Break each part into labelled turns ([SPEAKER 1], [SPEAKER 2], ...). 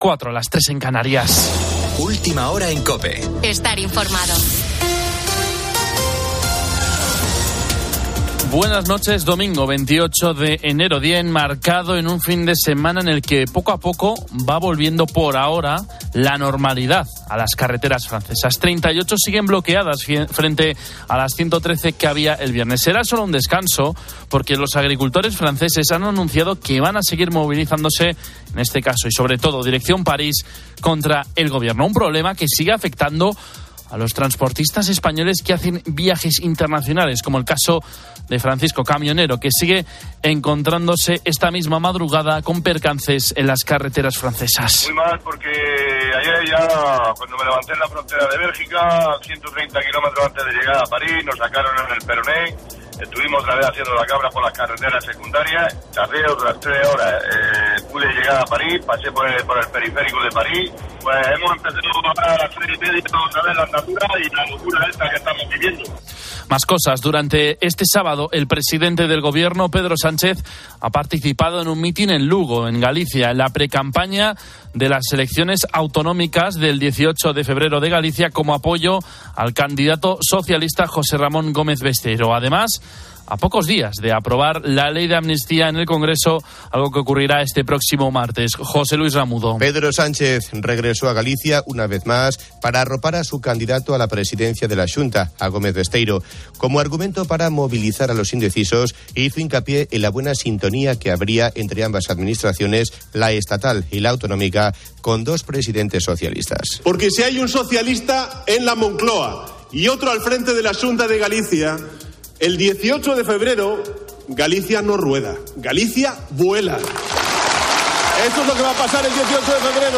[SPEAKER 1] 4, las 3 en Canarias.
[SPEAKER 2] Última hora en COPE.
[SPEAKER 3] Estar informado.
[SPEAKER 1] Buenas noches, domingo 28 de enero, día enmarcado en un fin de semana en el que poco a poco va volviendo por ahora la normalidad a las carreteras francesas. 38 siguen bloqueadas frente a las 113 que había el viernes. Será solo un descanso porque los agricultores franceses han anunciado que van a seguir movilizándose, en este caso y sobre todo dirección París, contra el gobierno. Un problema que sigue afectando a los transportistas españoles que hacen viajes internacionales, como el caso de Francisco, camionero, que sigue encontrándose esta misma madrugada con percances en las carreteras francesas.
[SPEAKER 4] Muy mal, porque ayer ya, cuando me levanté en la frontera de Bélgica, 130 kilómetros antes de llegar a París, nos sacaron en el Peroné. Estuvimos otra vez haciendo la cabra por las carreteras secundarias, tardé otras 3 horas, pude llegar a París, pasé por el periférico de París, pues hemos empezado a las 3:30 otra vez la andadura y la locura esta que estamos viviendo.
[SPEAKER 1] Más cosas. Durante este sábado, el presidente del gobierno, Pedro Sánchez, ha participado en un mitin en Lugo, en Galicia, en la precampaña de las elecciones autonómicas del 18 de febrero de Galicia, como apoyo al candidato socialista José Ramón Gómez Besteiro. Además, a pocos días de aprobar la ley de amnistía en el Congreso, algo que ocurrirá este próximo martes. José Luis Ramudo.
[SPEAKER 5] Pedro Sánchez regresó a Galicia una vez más para arropar a su candidato a la presidencia de la Xunta, a Gómez Besteiro. Como argumento para movilizar a los indecisos, hizo hincapié en la buena sintonía que habría entre ambas administraciones, la estatal y la autonómica, con 2 presidentes socialistas.
[SPEAKER 6] Porque si hay un socialista en la Moncloa y otro al frente de la Xunta de Galicia, el 18 de febrero, Galicia no rueda, Galicia vuela. Eso es lo que va a pasar el 18 de febrero.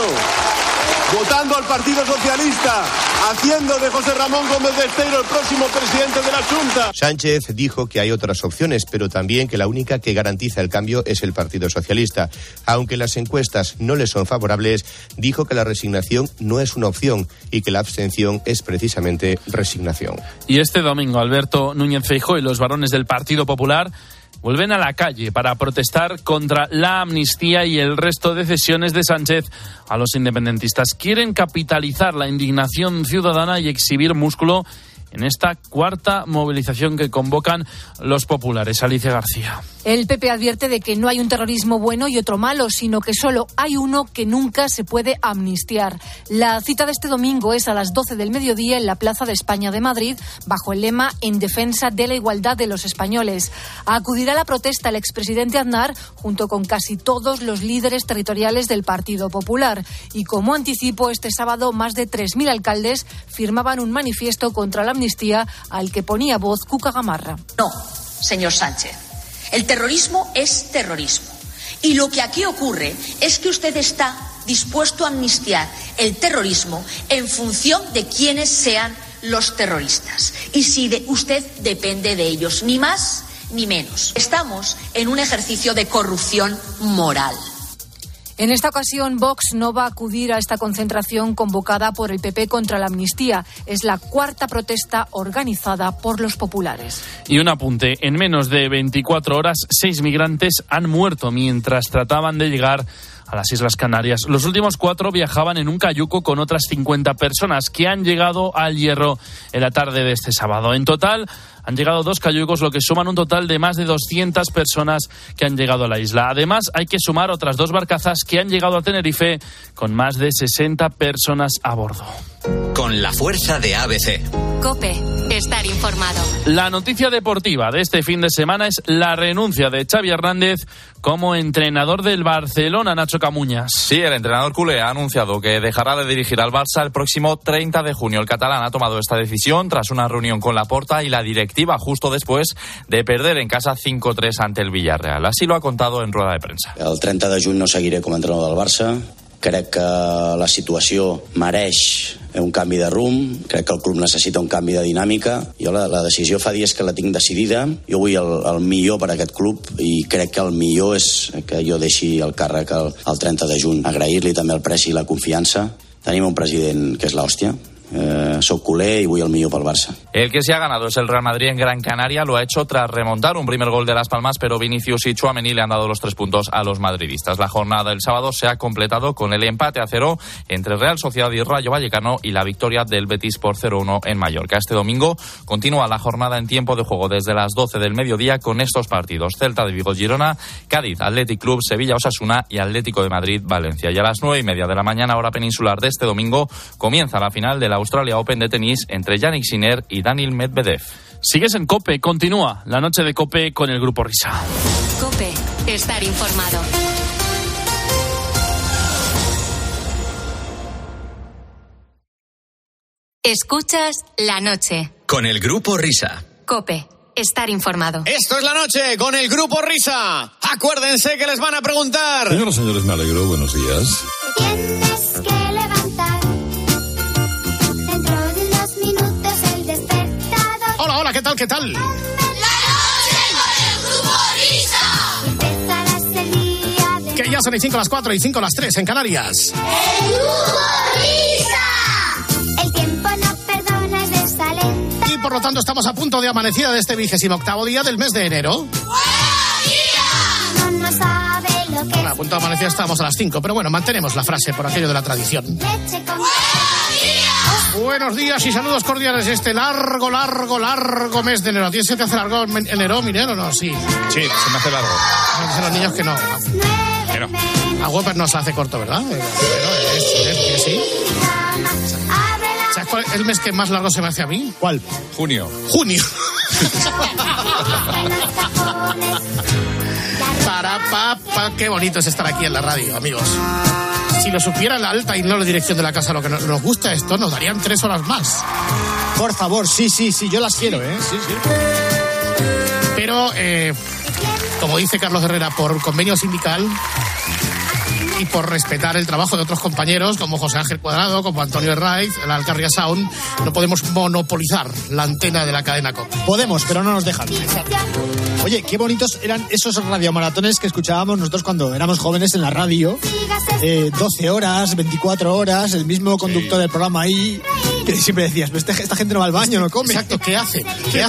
[SPEAKER 6] Votando al Partido Socialista, haciendo de José Ramón Gómez Besteiro el próximo presidente de la Xunta.
[SPEAKER 5] Sánchez dijo que hay otras opciones, pero también que la única que garantiza el cambio es el Partido Socialista. Aunque las encuestas no le son favorables, dijo que la resignación no es una opción y que la abstención es precisamente resignación.
[SPEAKER 1] Y este domingo, Alberto Núñez Feijóo y los varones del Partido Popular vuelven a la calle para protestar contra la amnistía y el resto de cesiones de Sánchez a los independentistas. Quieren capitalizar la indignación ciudadana y exhibir músculo en esta cuarta movilización que convocan los populares. Alicia García.
[SPEAKER 7] El PP advierte de que no hay un terrorismo bueno y otro malo, sino que solo hay uno que nunca se puede amnistiar. La cita de este domingo es a las 12 del mediodía en la Plaza de España de Madrid, bajo el lema En defensa de la igualdad de los españoles. Acudirá a la protesta el expresidente Aznar junto con casi todos los líderes territoriales del Partido Popular. Y como anticipo, este sábado más de 3.000 alcaldes firmaban un manifiesto contra la amnistía al que ponía voz Cuca Gamarra.
[SPEAKER 8] No, señor Sánchez. El terrorismo es terrorismo. Y lo que aquí ocurre es que usted está dispuesto a amnistiar el terrorismo en función de quiénes sean los terroristas. Y si usted depende de ellos, ni más ni menos. Estamos en un ejercicio de corrupción moral.
[SPEAKER 7] En esta ocasión, Vox no va a acudir a esta concentración convocada por el PP contra la amnistía. Es la cuarta protesta organizada por los populares.
[SPEAKER 1] Y un apunte. En menos de 24 horas, 6 migrantes han muerto mientras trataban de llegar a las Islas Canarias. Los últimos 4 viajaban en un cayuco con otras 50 personas que han llegado al Hierro en la tarde de este sábado. En total, han llegado 2 cayucos, lo que suman un total de más de 200 personas que han llegado a la isla. Además, hay que sumar otras 2 barcazas que han llegado a Tenerife con más de 60 personas a bordo.
[SPEAKER 2] Con la fuerza de ABC.
[SPEAKER 3] COPE. Estar informado.
[SPEAKER 1] La noticia deportiva de este fin de semana es la renuncia de Xavi Hernández como entrenador del Barcelona, Nacho Camuñas.
[SPEAKER 9] Sí, el entrenador culé ha anunciado que dejará de dirigir al Barça el próximo 30 de junio. El catalán ha tomado esta decisión tras una reunión con Laporta y la directiva justo después de perder en casa 5-3 ante el Villarreal. Así lo ha contado en rueda de prensa.
[SPEAKER 10] El 30 de juny no seguiré com a entrenador del Barça. Crec que la situació mereix un canvi de rumb, crec que el club necessita un canvi de dinàmica. Jo la decisió fa dies que la tinc decidida. Jo vull el millor per a aquest club i crec que el millor és que jo deixi el càrrec el 30 de juny. Agrair-li també el preci i la confiança. Tenim un president que és l'hòstia, soc culer i vull el millor pel Barça.
[SPEAKER 9] El que se ha ganado es el Real Madrid en Gran Canaria, lo ha hecho tras remontar un primer gol de Las Palmas, pero Vinicius y Tchouaméni le han dado los 3 puntos a los madridistas. La jornada del sábado se ha completado con el empate a 0 entre Real Sociedad y Rayo Vallecano y la victoria del Betis por 0-1 en Mallorca. Este domingo continúa la jornada en tiempo de juego desde las 12 del mediodía con estos partidos: Celta de Vigo Girona, Cádiz Athletic Club, Sevilla Osasuna y Atlético de Madrid Valencia. Y a las 9:30 de la mañana, hora peninsular de este domingo, comienza la final de la Australia Open de tenis entre Jannik Sinner y Daniil Medvedev.
[SPEAKER 1] Sigues en COPE, continúa la noche de COPE con el Grupo Risa.
[SPEAKER 3] COPE, estar informado. Escuchas La Noche.
[SPEAKER 2] Con el Grupo Risa.
[SPEAKER 3] COPE, estar informado.
[SPEAKER 11] Esto es La Noche con el Grupo Risa. Acuérdense que les van a preguntar.
[SPEAKER 12] Señoras y señores, me alegro. Buenos días.
[SPEAKER 13] Tienes que levantar. Dentro de unos minutos el despertador.
[SPEAKER 11] Hola, ¿qué tal? ¿Qué tal?
[SPEAKER 13] La Noche con el Grupo Risa. Empezarás el día de...
[SPEAKER 11] Que ya son 5 a las 4 y 5 a las 3 en Canarias.
[SPEAKER 13] ¡El Grupo Risa! El tiempo no perdona, es desalenta.
[SPEAKER 11] Y por lo tanto estamos a punto de amanecida de este 28º día del mes de enero.
[SPEAKER 13] No nos sabe lo que
[SPEAKER 11] Bueno, a punto de amanecida estamos a las 5, pero bueno, mantenemos la frase por aquello de la tradición.
[SPEAKER 13] leche con...
[SPEAKER 11] Buenos días y saludos cordiales este largo mes de enero. ¿A ti se te hace largo enero, Miguel, o no? Sí.
[SPEAKER 12] Sí, se me hace largo.
[SPEAKER 11] Dicen los niños que no.
[SPEAKER 12] Pero.
[SPEAKER 11] A Webber no se hace corto, ¿verdad? Es sí. ¿Sabes cuál es el mes que más largo se me hace a mí?
[SPEAKER 12] ¿Cuál? Junio.
[SPEAKER 11] Junio. Qué bonito es estar aquí en la radio, amigos. Si lo supiera la alta y no la dirección de la casa, lo que nos gusta esto, nos darían 3 horas más.
[SPEAKER 14] Por favor, sí, yo las quiero, ¿eh?
[SPEAKER 11] Sí. Pero, como dice Carlos Herrera, por convenio sindical y por respetar el trabajo de otros compañeros, como José Ángel Cuadrado, como Antonio Herraiz, el Alcarria Sound, no podemos monopolizar la antena de la cadena COPE.
[SPEAKER 14] Podemos, pero no nos dejan. Oye, qué bonitos eran esos radiomaratones que escuchábamos nosotros cuando éramos jóvenes en la radio. 12 horas, 24 horas, el mismo conductor del programa ahí, que siempre decías, esta gente no va al baño, no come.
[SPEAKER 11] Exacto, ¿qué hace?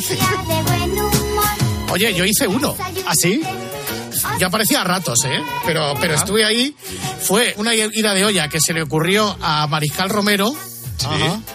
[SPEAKER 11] Oye, yo hice uno.
[SPEAKER 14] ¿Ah, sí?
[SPEAKER 11] Ya aparecía a ratos, pero estuve ahí. Fue una ida de olla que se le ocurrió a Mariscal Romero. Sí.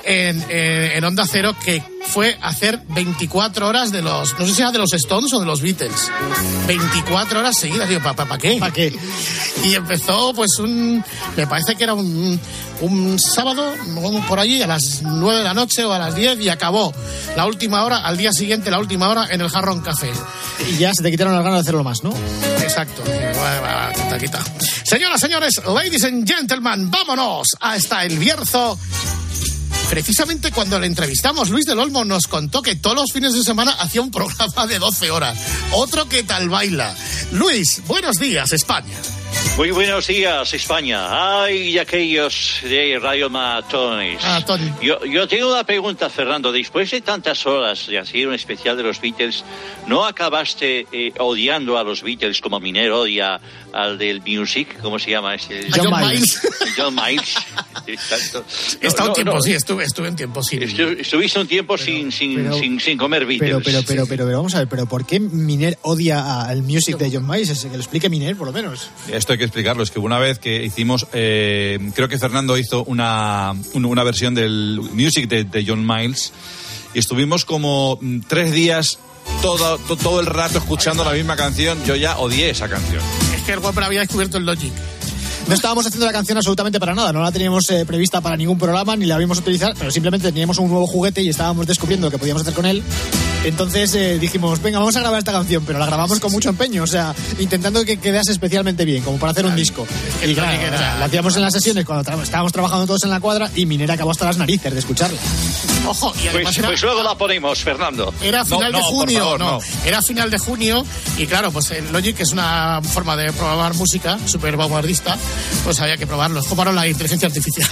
[SPEAKER 11] En Onda Cero, que fue hacer 24 horas de los... No sé si era de los Stones o de los Beatles. 24 horas seguidas. Digo, ¿para qué?
[SPEAKER 14] ¿Para qué?
[SPEAKER 11] Y empezó, pues, me parece que era un sábado, por allí, a las 9 de la noche o a las 10, y acabó la última hora, al día siguiente, la última hora, en el Jarrón Café.
[SPEAKER 14] Y ya se te quitaron las ganas de hacerlo más, ¿no?
[SPEAKER 11] Exacto. Quita. Señoras, señores, ladies and gentlemen, vámonos hasta El Bierzo. Precisamente cuando le entrevistamos, Luis del Olmo nos contó que todos los fines de semana hacía un programa de 12 horas. Otro que tal baila. Luis, buenos días, España.
[SPEAKER 15] Muy buenos días, España. Ay, aquellos de Radio Maratones. Yo tengo una pregunta, Fernando. Después de tantas horas de hacer un especial de los Beatles, ¿no acabaste odiando a los Beatles como Miner odia al del Music? ¿Cómo se llama este?
[SPEAKER 11] John Miles.
[SPEAKER 15] John Miles. Exacto.
[SPEAKER 11] Estuve un tiempo sin...
[SPEAKER 15] Estuviste un tiempo sin comer Beatles.
[SPEAKER 14] Pero vamos a ver, pero ¿por qué Miner odia al Music de John Miles? Que lo explique Miner, por lo menos.
[SPEAKER 12] Esto hay que explicarlo. Es que una vez que hicimos, creo que Fernando hizo una versión del Music de John Miles, y estuvimos como 3 días todo el rato escuchando la misma canción. Yo ya odié esa canción.
[SPEAKER 11] Es que el Webber había descubierto el Logic.
[SPEAKER 14] No estábamos haciendo la canción absolutamente para nada, no la teníamos prevista para ningún programa, ni la íbamos a utilizar, pero simplemente teníamos un nuevo juguete y estábamos descubriendo lo que podíamos hacer con él. Entonces dijimos, venga, vamos a grabar esta canción, pero la grabamos con mucho empeño, o sea, intentando que quedase especialmente bien, como para hacer un disco. Y claro, la hacíamos en las sesiones cuando estábamos trabajando todos en la cuadra, y Miner acabó hasta las narices de escucharla.
[SPEAKER 11] Ojo, y además
[SPEAKER 15] pues luego la ponemos, Fernando.
[SPEAKER 11] Era final de junio, era final de junio, y claro, pues el Logic, que es una forma de programar música súper vanguardista, pues había que probarlo. Es como ahora la inteligencia artificial.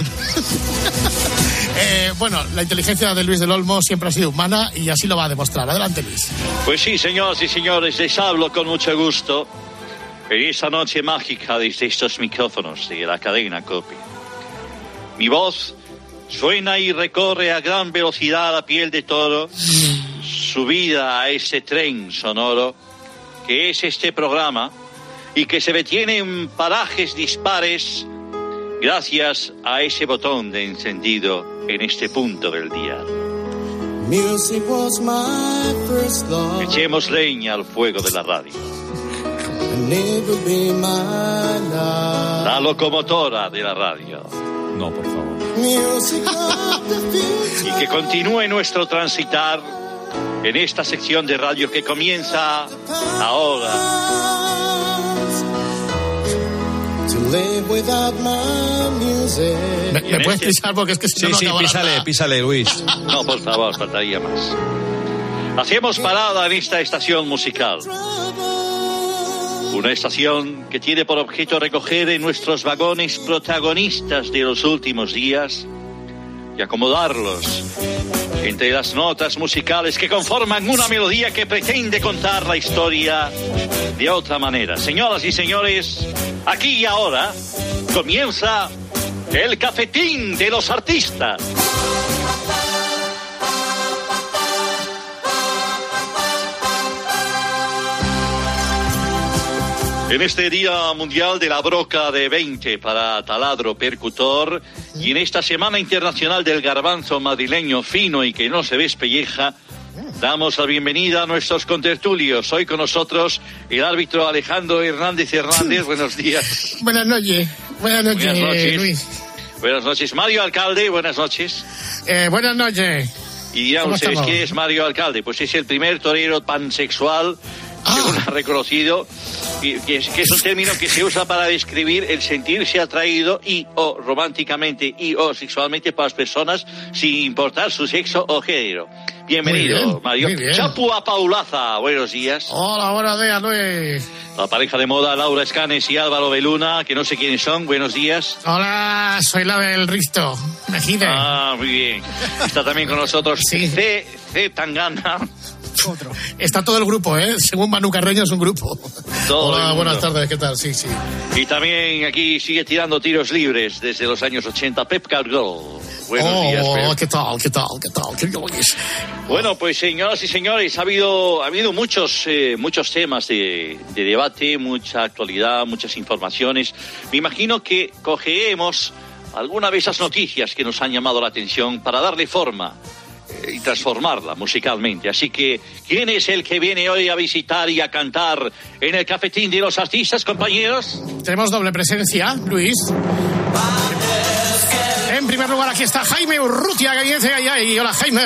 [SPEAKER 11] Bueno, la inteligencia de Luis del Olmo siempre ha sido humana y así lo va a demostrar. Adelante, Luis.
[SPEAKER 15] Pues sí, señoras y señores, les hablo con mucho gusto en esta noche mágica desde estos micrófonos de la cadena COPE. Mi voz Suena y recorre a gran velocidad la piel de toro, subida a ese tren sonoro que es este programa y que se detiene en parajes dispares gracias a ese botón de encendido en este punto del día. Echemos leña al fuego de la radio. La locomotora de la radio.
[SPEAKER 12] No, por favor.
[SPEAKER 15] Y que continúe nuestro transitar en esta sección de radio que comienza ahora.
[SPEAKER 11] ¿Me puedes pisar? Porque es que si no acaba nada.
[SPEAKER 12] Písale, Luis.
[SPEAKER 15] No, por favor, faltaría más. Hacemos parada en esta estación musical. Una estación que tiene por objeto recoger en nuestros vagones protagonistas de los últimos días y acomodarlos entre las notas musicales que conforman una melodía que pretende contar la historia de otra manera. Señoras y señores, aquí y ahora comienza el cafetín de los artistas. En este Día Mundial de la Broca de 20 para taladro percutor y en esta Semana Internacional del Garbanzo madrileño fino y que no se despelleja, damos la bienvenida a nuestros contertulios. Hoy con nosotros el árbitro Alejandro Hernández. Buenos días.
[SPEAKER 11] Buenas noches. Buenas noches, Luis.
[SPEAKER 15] Buenas noches. Mario Alcalde, buenas noches.
[SPEAKER 11] Buenas noches.
[SPEAKER 15] Y dirán ustedes, ¿quién es Mario Alcalde? Pues es el primer torero pansexual según ha reconocido, que es un término que se usa para describir el sentirse atraído y o románticamente y o sexualmente por las personas sin importar su sexo o género. Bienvenido, Mario. Chapua Paulaza, buenos días.
[SPEAKER 11] Hola, buenos días, Luis.
[SPEAKER 15] La pareja de moda Laura Escanes y Álvaro Beluna, que no sé quiénes son, buenos días.
[SPEAKER 11] Hola, soy la del Risto, Mejide.
[SPEAKER 15] Muy bien. Está también con nosotros C. Tangana.
[SPEAKER 11] Otro. Está todo el grupo, según Manu Carreño es un grupo. Hola, buenas tardes, ¿qué tal? Sí.
[SPEAKER 15] Y también aquí sigue tirando tiros libres desde los años 80, Pep Cargol. Buenos días, Pep.
[SPEAKER 11] ¿Qué tal?
[SPEAKER 15] Bueno, pues señoras y señores, ha habido muchos temas de debate, mucha actualidad, muchas informaciones. Me imagino que cogeremos alguna de esas noticias que nos han llamado la atención para darle forma y transformarla musicalmente. Así que, ¿quién es el que viene hoy a visitar y a cantar en el cafetín de los artistas, compañeros?
[SPEAKER 11] Tenemos doble presencia, Luis. En primer lugar, aquí está Jaime Urrutia, que viene ahí. Hola, Jaime.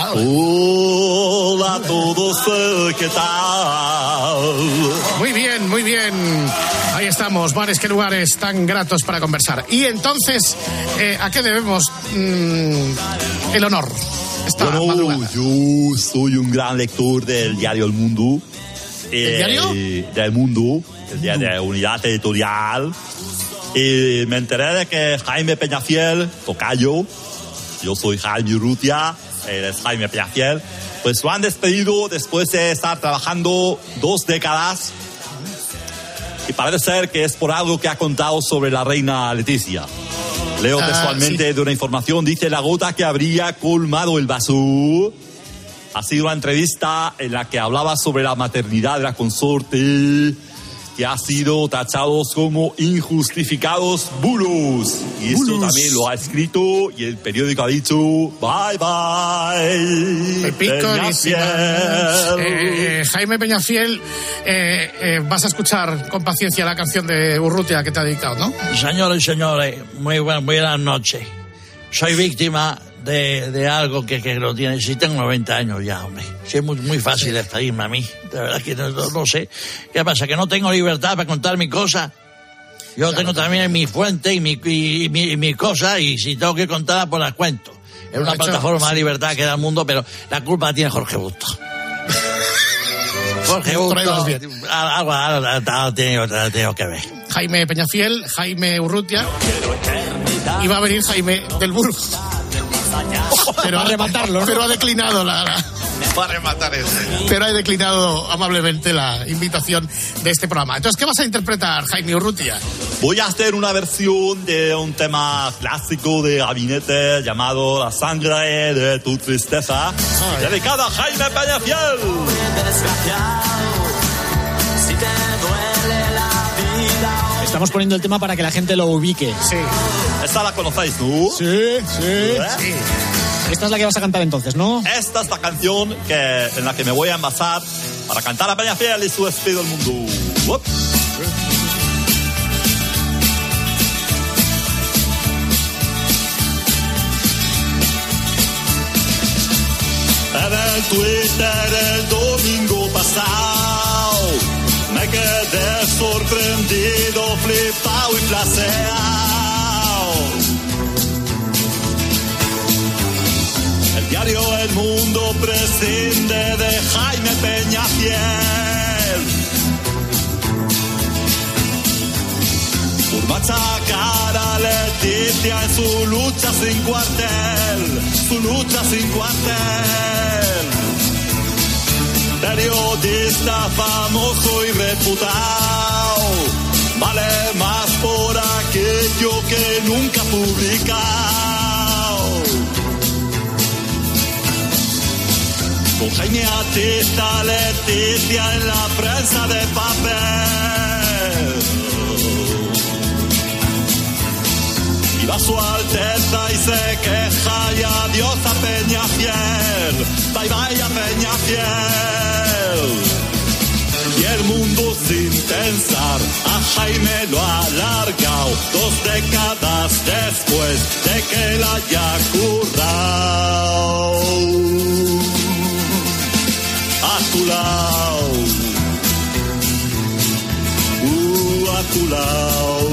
[SPEAKER 16] Hola a todos, ¿qué tal?
[SPEAKER 11] Muy bien. Ahí estamos, mares, qué lugares tan gratos para conversar. Y entonces, ¿a qué debemos el honor?
[SPEAKER 16] Bueno, yo soy un gran lector del diario El Mundo.
[SPEAKER 11] ¿El diario?
[SPEAKER 16] Del Mundo, el día de Unidad Editorial. Y me enteré de que Jaime Peñafiel, tocayo, yo soy Jaime Urrutia, él es Jaime Peñafiel, pues lo han despedido después de estar trabajando 2 décadas. Y parece ser que es por algo que ha contado sobre la reina Leticia. Leo textualmente de una información, dice: la gota que habría colmado el vaso. Ha sido una entrevista en la que hablaba sobre la maternidad de la consorte, que ha sido tachados como injustificados bulos. Y esto también lo ha escrito y el periódico ha dicho: bye bye,
[SPEAKER 11] Peñafiel. Jaime Peñafiel, vas a escuchar con paciencia la canción de Urrutia que te ha dedicado, ¿no?
[SPEAKER 17] Señores y señores, muy buenas noches. Soy víctima de algo que lo tiene. Si tengo 90 años ya, hombre. Sí, es muy fácil despedirme a mí. De verdad que no sé. ¿Qué pasa? ¿Que no tengo libertad para contar mi cosa? Yo tengo también mi fuente y mi cosa, y si tengo que contarla, pues las cuento. Es una plataforma de libertad que da el mundo, pero la culpa la tiene Jorge Busto. Jorge Busto, algo ha tenido que ver.
[SPEAKER 11] Jaime Peñafiel, Jaime Urrutia, y va a venir Jaime del Burgo. Pero a rematarlo, ¿no? Pero ha declinado para rematar eso. Pero he declinado amablemente la invitación de este programa. Entonces, ¿qué vas a interpretar, Jaime Urrutia?
[SPEAKER 16] Voy a hacer una versión de un tema clásico de Gabinete llamado La sangre de tu tristeza, dedicada a Jaime Peñafiel.
[SPEAKER 14] Estamos poniendo el tema para que la gente lo ubique.
[SPEAKER 11] Sí.
[SPEAKER 16] ¿Esta la conocéis tú?
[SPEAKER 14] Sí. Esta es la que vas a cantar entonces, ¿no?
[SPEAKER 16] Esta es la canción en la que me voy a envasar para cantar a Peñafiel y su despido del mundo. ¡Up! En el Twitter el domingo pasado me quedé sorprendido, flipado y flaseado. El diario El Mundo prescinde de Jaime Peñafiel por machacar a Leticia en su lucha sin cuartel, Periodista famoso y reputado, vale más por aquello que nunca publicado. Con Jaime atiza Leticia en la prensa de papel. Y va su Alteza y se queja y adiós a Peñafiel. Bye bye a Peñafiel. Y el mundo sin pensar a Jaime lo ha alargado 2 décadas después de que la haya currado. A tu lado, a tu lado.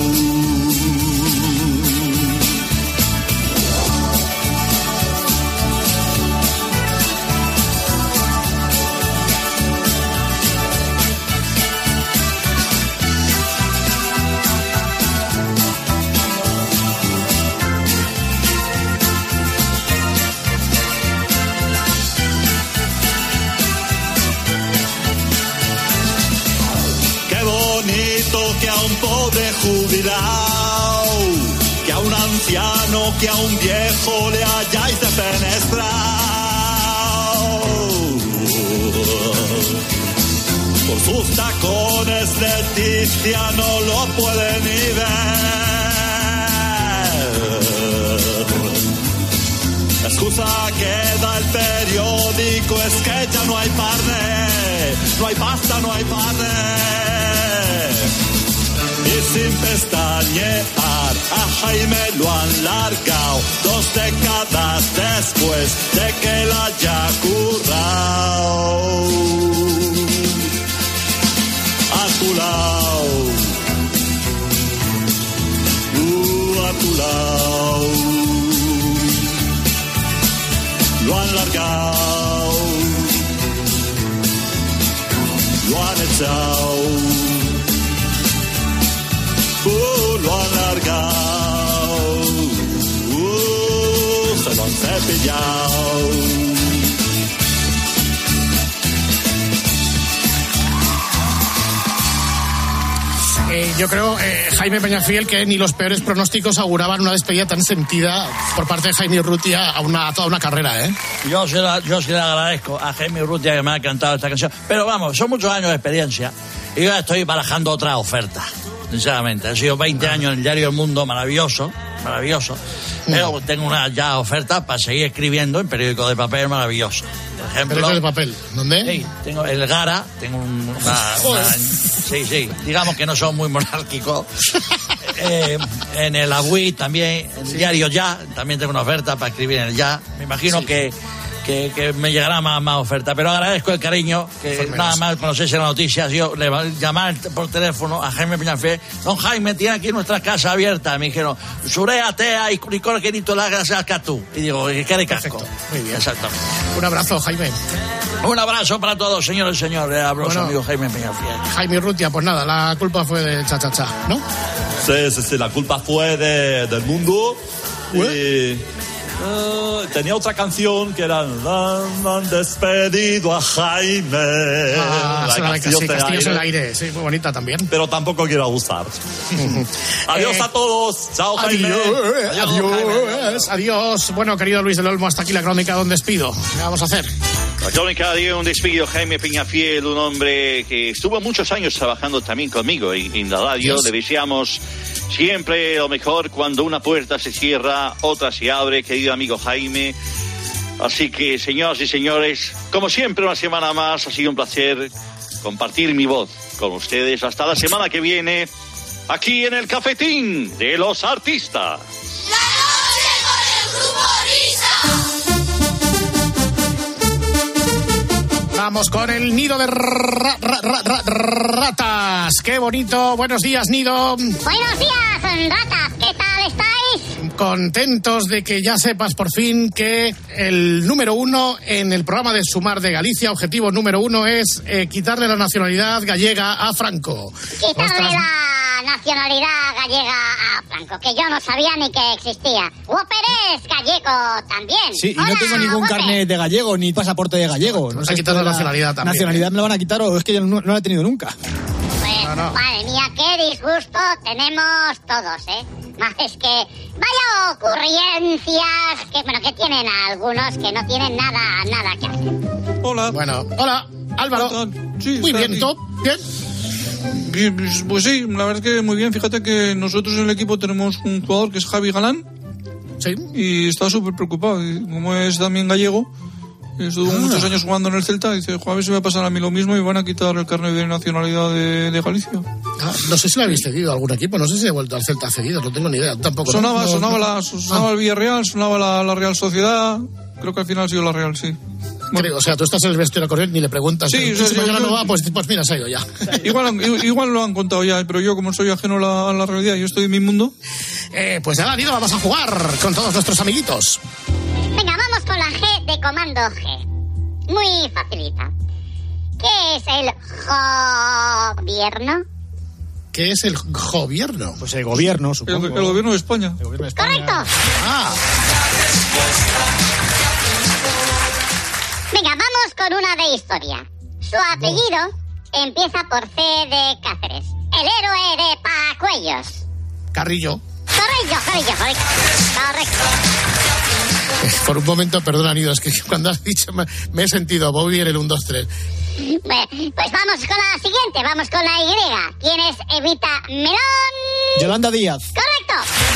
[SPEAKER 16] Que a un pobre jubilado, que a un anciano, que a un viejo le hayáis defenestrado. Por sus tacones Leticia no lo puede ni ver. La excusa que da el periódico es que ya no hay carne, no hay pasta, no hay carne. Y sin pestañear a Jaime lo han largado 2 décadas después de que la haya currado. A tu lado, a tu lado, lo han largado, lo han echado. Lo han largado, se lo han cepillado.
[SPEAKER 11] Yo creo, Jaime Peñafiel, que ni los peores pronósticos auguraban una despedida tan sentida por parte de Jaime Urrutia a toda una carrera, ¿eh?
[SPEAKER 17] Yo sí le agradezco a Jaime Urrutia que me ha cantado esta canción. Pero vamos, son muchos años de experiencia y yo estoy barajando otra oferta. Sinceramente, he sido 20 años en el diario El Mundo, maravilloso. Pero tengo una ya oferta para seguir escribiendo en periódico de papel maravilloso. Por ejemplo,
[SPEAKER 11] ¿periódico de papel? ¿Dónde?
[SPEAKER 17] Sí, tengo el Gara, tengo sí, digamos que no son muy monárquicos. En el Agüí también, en el diario Ya, también tengo una oferta para escribir en el Ya. Me imagino que me llegará más oferta, pero agradezco el cariño que nada más conocerse la noticia, yo llamar por teléfono a Jaime Peñafiel. Don Jaime, tiene aquí nuestra casa abierta. Me dijeron, Surea, Tea y Curicor, querido, la gracias a tú. Y digo, que de casco.
[SPEAKER 11] Muy bien.
[SPEAKER 17] Exactamente.
[SPEAKER 11] Un abrazo, Jaime.
[SPEAKER 17] Un abrazo para todos, señores y señores. Abrazo, amigo Jaime Peñafiel.
[SPEAKER 11] Jaime Urrutia, pues nada, la culpa fue del cha-cha-cha, ¿no?
[SPEAKER 16] Sí, la culpa fue del mundo. Tenía otra canción que era Han despedido a Jaime.
[SPEAKER 11] Castillos en el aire, sí, muy bonita también.
[SPEAKER 16] Pero tampoco quiero abusar. Adiós a todos. Chao, Jaime.
[SPEAKER 11] Adiós. Bueno, querido Luis del Olmo, hasta aquí la crónica de un despido. ¿Qué vamos a hacer?
[SPEAKER 15] La crónica de un despido. Jaime Peñafiel, un hombre que estuvo muchos años trabajando también conmigo en la radio. Yes. Le deseamos siempre lo mejor. Cuando una puerta se cierra, otra se abre, querido amigo Jaime. Así que, señoras y señores, como siempre, una semana más, ha sido un placer compartir mi voz con ustedes. Hasta la semana que viene, aquí en el Cafetín de los Artistas.
[SPEAKER 13] ¡La noche con el Grupo Risa!
[SPEAKER 11] Vamos con el nido de ratas. ¡Qué bonito! Buenos días, nido.
[SPEAKER 18] Buenos días, ratas. ¿Qué tal estáis?
[SPEAKER 11] Contentos de que ya sepas por fin que el número 1 en el programa de Sumar de Galicia, objetivo número 1, es quitarle la nacionalidad gallega a Franco.
[SPEAKER 18] Quitarle la nacionalidad gallega a Franco, que yo no sabía ni que existía. Whopper es gallego también.
[SPEAKER 14] Sí, y no tengo ningún carnet de gallego ni pasaporte de gallego.
[SPEAKER 11] No sé, quitar la nacionalidad también.
[SPEAKER 14] Nacionalidad me la van a quitar o es que yo no la he tenido nunca.
[SPEAKER 18] Pues, no. Madre mía, qué disgusto tenemos todos, ¿eh? Más es que vaya ocurrencias que tienen algunos que no tienen nada que hacer.
[SPEAKER 12] Hola.
[SPEAKER 11] Bueno, hola, Álvaro.
[SPEAKER 12] Sí,
[SPEAKER 11] muy bien, ¿y tú? ¿Bien?
[SPEAKER 12] Pues sí, la verdad es que muy bien. Fíjate que nosotros en el equipo tenemos un jugador que es Javi Galán.
[SPEAKER 11] Sí.
[SPEAKER 12] Y está súper preocupado. Y como es también gallego, estuvo muchos años jugando en el Celta. Dice, a ver si me va a pasar a mí lo mismo y van a quitar el carnet de nacionalidad de Galicia.
[SPEAKER 11] No sé si lo habéis cedido a algún equipo. No sé si he vuelto al Celta cedido. No tengo ni idea. Tampoco.
[SPEAKER 12] Sonaba el Villarreal, sonaba la Real Sociedad. Creo que al final ha sido la Real, sí.
[SPEAKER 11] Bueno. O sea, tú estás en el vestuario corriente ni le preguntas.
[SPEAKER 12] Sí,
[SPEAKER 11] si mañana no va, pues mira, se ha ido ya.
[SPEAKER 12] Igual lo han contado ya, pero yo como soy ajeno a la realidad, yo estoy en mi mundo.
[SPEAKER 11] Pues ya, Nido, vamos a jugar con todos nuestros amiguitos.
[SPEAKER 18] Venga, vamos con la G de comando G. Muy facilita. ¿Qué es el gobierno?
[SPEAKER 11] ¿Qué es el gobierno?
[SPEAKER 14] Pues el gobierno, supongo.
[SPEAKER 12] El gobierno de España.
[SPEAKER 18] ¡Correcto! Venga, vamos con una de historia. Su apellido empieza por C de Cáceres. El héroe de Pacuellos.
[SPEAKER 11] Carrillo.
[SPEAKER 18] Correcto.
[SPEAKER 11] Por un momento, perdona, Nido, es que cuando has dicho me he sentido Bobby en el 1, 2, 3.
[SPEAKER 18] Pues vamos con la siguiente, vamos con la Y. ¿Quién es Evita Melón?
[SPEAKER 14] Yolanda Díaz.
[SPEAKER 18] Correcto.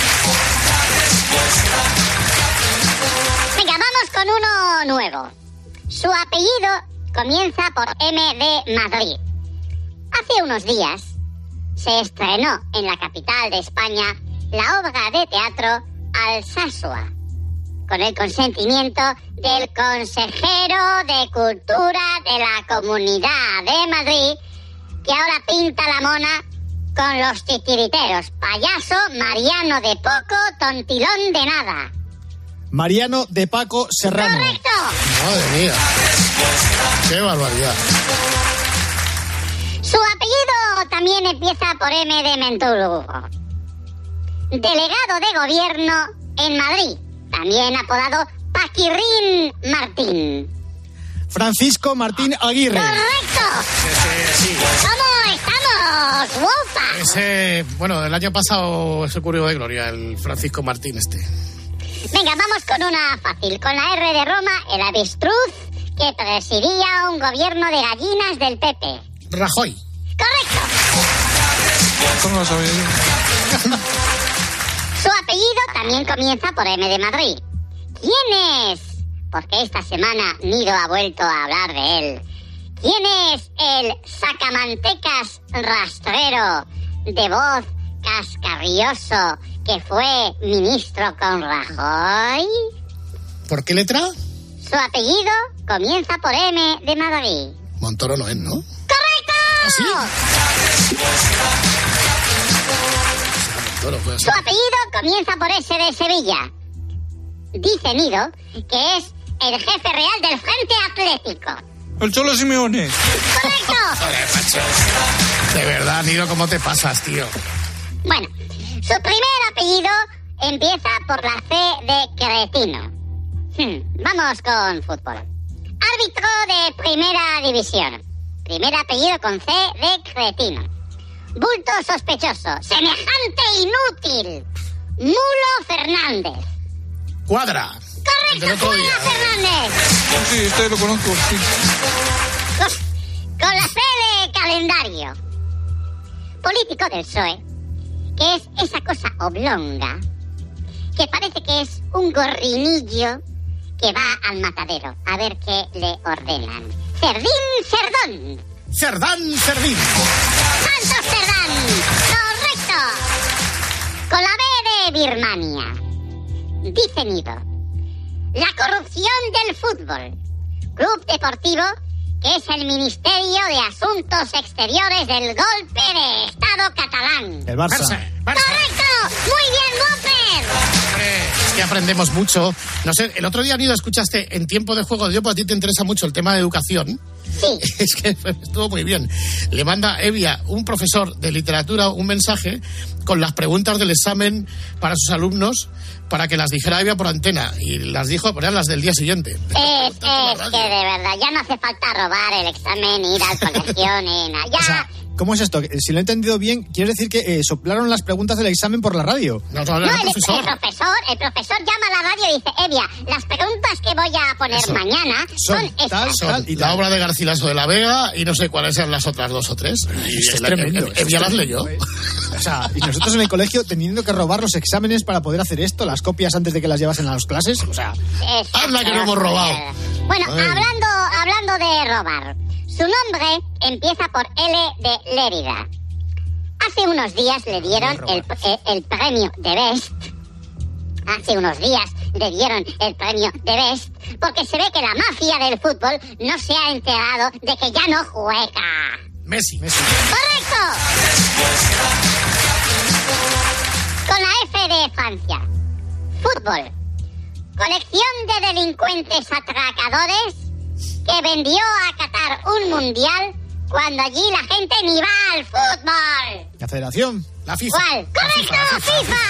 [SPEAKER 18] Venga, vamos con uno nuevo. Su apellido comienza por M de Madrid. Hace unos días se estrenó en la capital de España la obra de teatro Alsasua, con el consentimiento del consejero de Cultura de la Comunidad de Madrid, que ahora pinta la mona con los titiriteros. Payaso Mariano de Poco, tontilón de nada.
[SPEAKER 14] Mariano de Paco Serrano.
[SPEAKER 18] ¡Correcto!
[SPEAKER 11] Madre mía. ¡Qué barbaridad!
[SPEAKER 18] Su apellido también empieza por M de Mentulugo. Delegado de gobierno en Madrid, también apodado Paquirrín Martín.
[SPEAKER 14] Francisco Martín Aguirre.
[SPEAKER 18] ¡Correcto!
[SPEAKER 11] Sí.
[SPEAKER 18] ¿Cómo estamos, Wolfa?
[SPEAKER 11] El año pasado se ocurrió de gloria el Francisco Martín este.
[SPEAKER 18] Venga, vamos con una fácil. Con la R de Roma, el avestruz que presidía un gobierno de gallinas del PP.
[SPEAKER 11] Rajoy.
[SPEAKER 18] ¡Correcto!
[SPEAKER 12] ¿Cómo lo sabía yo?
[SPEAKER 18] Su apellido también comienza por M de Madrid. ¿Quién es? Porque esta semana Nido ha vuelto a hablar de él. ¿Quién es el sacamantecas rastrero de voz cascarrioso que fue ministro con Rajoy?
[SPEAKER 11] ¿Por qué letra?
[SPEAKER 18] Su apellido comienza por M de Madrid.
[SPEAKER 11] Montoro no es, ¿no?
[SPEAKER 18] ¡Correcto!
[SPEAKER 11] ¿Ah, sí?
[SPEAKER 18] Su apellido comienza por S de Sevilla. Dice Nido que es el jefe real del Frente Atlético.
[SPEAKER 12] El Cholo Simeone.
[SPEAKER 18] ¡Correcto!
[SPEAKER 11] Joder, macho. De verdad, Nido, ¿cómo te pasas, tío?
[SPEAKER 18] Bueno, su primer apellido empieza por la C de cretino. Vamos con fútbol. Árbitro de primera división. Primer apellido con C de cretino. Bulto sospechoso. Semejante inútil. Mulo Fernández.
[SPEAKER 11] Cuadra.
[SPEAKER 18] ¡Correcto, Cuadra Fernández!
[SPEAKER 12] Sí, este lo conozco, sí.
[SPEAKER 18] Con la C de calendario. Político del PSOE, que es esa cosa oblonga, que parece que es un gorrinillo que va al matadero a ver qué le ordenan. Cerdín Cerdón.
[SPEAKER 11] Cerdán Cerdín.
[SPEAKER 18] ¡Santos Cerdán! ¡Correcto! Con la B de Birmania. Dice Nido. La corrupción del fútbol. Club deportivo que es el Ministerio de Asuntos Exteriores del golpe de Estado catalán.
[SPEAKER 14] El Barça.
[SPEAKER 18] ¡Correcto! ¡Muy bien, Whopper!
[SPEAKER 11] Es que aprendemos mucho. No sé, el otro día, Nido, escuchaste en Tiempo de Juego de Dios, pues a ti te interesa mucho el tema de educación.
[SPEAKER 18] Sí.
[SPEAKER 11] Es que estuvo muy bien. Le manda Evia, un profesor de literatura, un mensaje con las preguntas del examen para sus alumnos, para que las dijera Evia por antena. Y las dijo, pero eran las del día siguiente.
[SPEAKER 18] Es que de verdad, ya no hace falta robar el examen, ir al colegio, ni nada. Ya...
[SPEAKER 14] O sea, ¿cómo es esto? Si lo he entendido bien, ¿quieres decir que soplaron las preguntas del examen por la radio?
[SPEAKER 18] No, el profesor llama a la radio y dice, Evia, las preguntas que voy a poner mañana son estas.
[SPEAKER 11] Son la obra de Garcilaso de la Vega y no sé cuáles eran las otras 2 o 3.
[SPEAKER 14] Esto es tremendo.
[SPEAKER 11] Evia las leyó.
[SPEAKER 14] O sea, y nosotros en el colegio teniendo que robar los exámenes para poder hacer esto, las copias antes de que las llevasen a las clases. O sea,
[SPEAKER 11] ¡anda que no hemos robado!
[SPEAKER 18] Bueno, hablando de robar. Su nombre empieza por L de Lérida. Hace unos días le dieron el premio de Best. Hace unos días le dieron el premio de Best porque se ve que la mafia del fútbol no se ha enterado de que ya no juega.
[SPEAKER 11] Messi.
[SPEAKER 18] ¡Correcto! Con la F de Francia. Fútbol. Colección de delincuentes atracadores que vendió a Qatar un mundial cuando allí la gente ni va al fútbol.
[SPEAKER 14] La federación.
[SPEAKER 11] La FIFA.
[SPEAKER 18] ¿Cuál? ¡Correcto! ¡FIFA!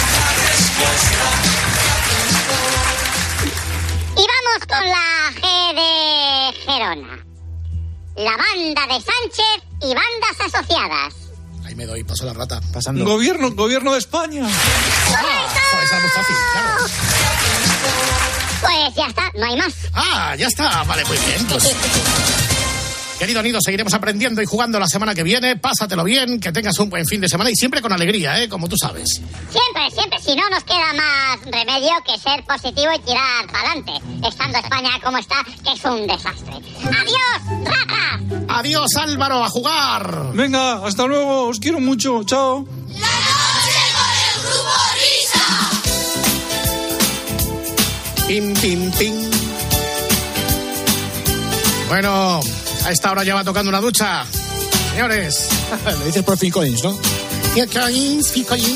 [SPEAKER 18] Y vamos con la G de Gerona. La banda de Sánchez y bandas asociadas.
[SPEAKER 11] Ahí me doy, paso la rata.
[SPEAKER 14] Pasando.
[SPEAKER 12] Gobierno de España.
[SPEAKER 18] ¡Correcto!
[SPEAKER 11] Esa es muy fácil, claro.
[SPEAKER 18] Pues ya está, no hay más.
[SPEAKER 11] Ah, ya está. Vale, muy bien. Pues... Querido Nido, seguiremos aprendiendo y jugando la semana que viene. Pásatelo bien, que tengas un buen fin de semana y siempre con alegría, como tú sabes.
[SPEAKER 18] Siempre. Si no nos queda más remedio que ser positivo y tirar para adelante. Estando España como está, que es un desastre. ¡Adiós, rata!
[SPEAKER 11] ¡Adiós, Álvaro, a jugar!
[SPEAKER 12] Venga, hasta luego. Os quiero mucho. Chao.
[SPEAKER 13] La noche con el Grupo Risa.
[SPEAKER 11] Pim, pim, pim. Bueno, a esta hora ya va tocando una ducha. Señores.
[SPEAKER 14] Lo dices por Phil Collins, ¿no?
[SPEAKER 11] Phil Collins.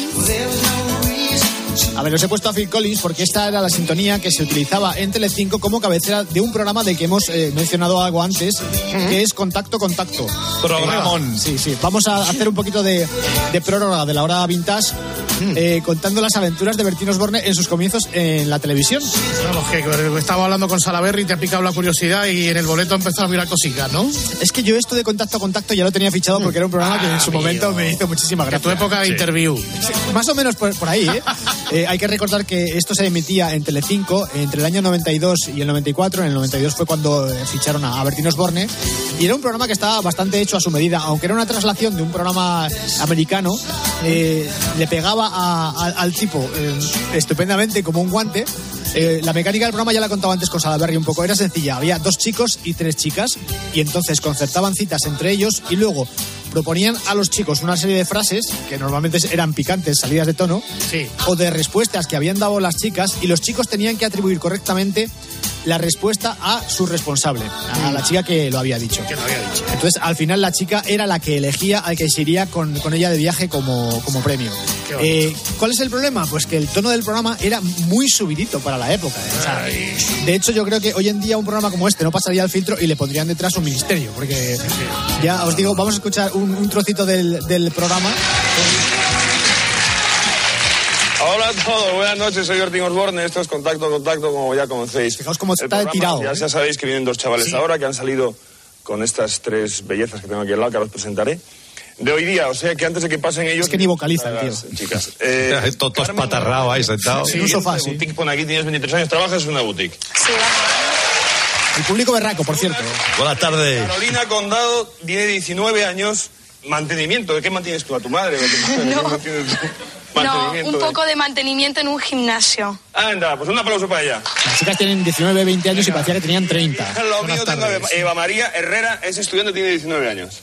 [SPEAKER 14] A ver, os he puesto a Phil Collins porque esta era la sintonía que se utilizaba en Telecinco como cabecera de un programa del que hemos mencionado algo antes, que es Contacto.
[SPEAKER 12] Programón.
[SPEAKER 14] Sí. Vamos a hacer un poquito de prórroga de la hora vintage, contando las aventuras de Bertín Osborne en sus comienzos en la televisión.
[SPEAKER 11] Vamos, que estaba hablando con Salaberry y te ha picado la curiosidad y en el boleto ha empezado a mirar cositas, ¿no?
[SPEAKER 14] Es que yo esto de Contacto ya lo tenía fichado porque era un programa que en su momento me hizo muchísima gracia.
[SPEAKER 11] De tu época de interview.
[SPEAKER 14] Sí, más o menos por ahí, hay que recordar que esto se emitía en Telecinco entre el año 92 y el 94. En el 92 fue cuando ficharon a Bertín Osborne y era un programa que estaba bastante hecho a su medida, aunque era una traslación de un programa americano. Le pegaba al tipo estupendamente como un guante. La mecánica del programa ya la contaba antes con Salaberry un poco, era sencilla, había 2 chicos y 3 chicas y entonces concertaban citas entre ellos y luego proponían a los chicos una serie de frases que normalmente eran picantes, salidas de tono,
[SPEAKER 11] sí,
[SPEAKER 14] o de respuestas que habían dado las chicas y los chicos tenían que atribuir correctamente la respuesta a su responsable, a la chica que lo había dicho. Entonces, al final la chica era la que elegía al que se iría con ella de viaje como premio. ¿Cuál es el problema? Pues que el tono del programa era muy subidito para la época. O sea, de hecho, yo creo que hoy en día un programa como este no pasaría el filtro y le pondrían detrás un ministerio, porque ya os digo, vamos a escuchar un trocito del programa.
[SPEAKER 19] Hola a todos, buenas noches, soy Ortin Osborne, esto es Contacto, como ya conocéis.
[SPEAKER 14] Fijaos cómo está de tirado.
[SPEAKER 19] Ya sabéis que vienen dos chavales ahora que han salido con estas tres bellezas que tengo aquí al lado, que ahora os presentaré. De hoy día, o sea que antes de que pasen ellos...
[SPEAKER 14] Es que ni vocaliza el tío.
[SPEAKER 19] Chicas.
[SPEAKER 12] Todos patarrados ahí sentados.
[SPEAKER 14] Sí, un sofá, sí.
[SPEAKER 19] Boutique, pone aquí, tienes 23 años, trabajas en una boutique.
[SPEAKER 7] Sí,
[SPEAKER 14] el público berraco, por cierto.
[SPEAKER 12] Buenas tardes.
[SPEAKER 19] Carolina Condado tiene 19 años. Mantenimiento, ¿de qué mantienes tú? ¿A tu madre?
[SPEAKER 20] No, un poco de mantenimiento en un gimnasio.
[SPEAKER 19] Anda, pues un aplauso para ella.
[SPEAKER 14] Las chicas tienen 19, 20 años y parecía que tenían 30.
[SPEAKER 19] Lo mío tengo Eva María Herrera, es estudiante, tiene 19 años.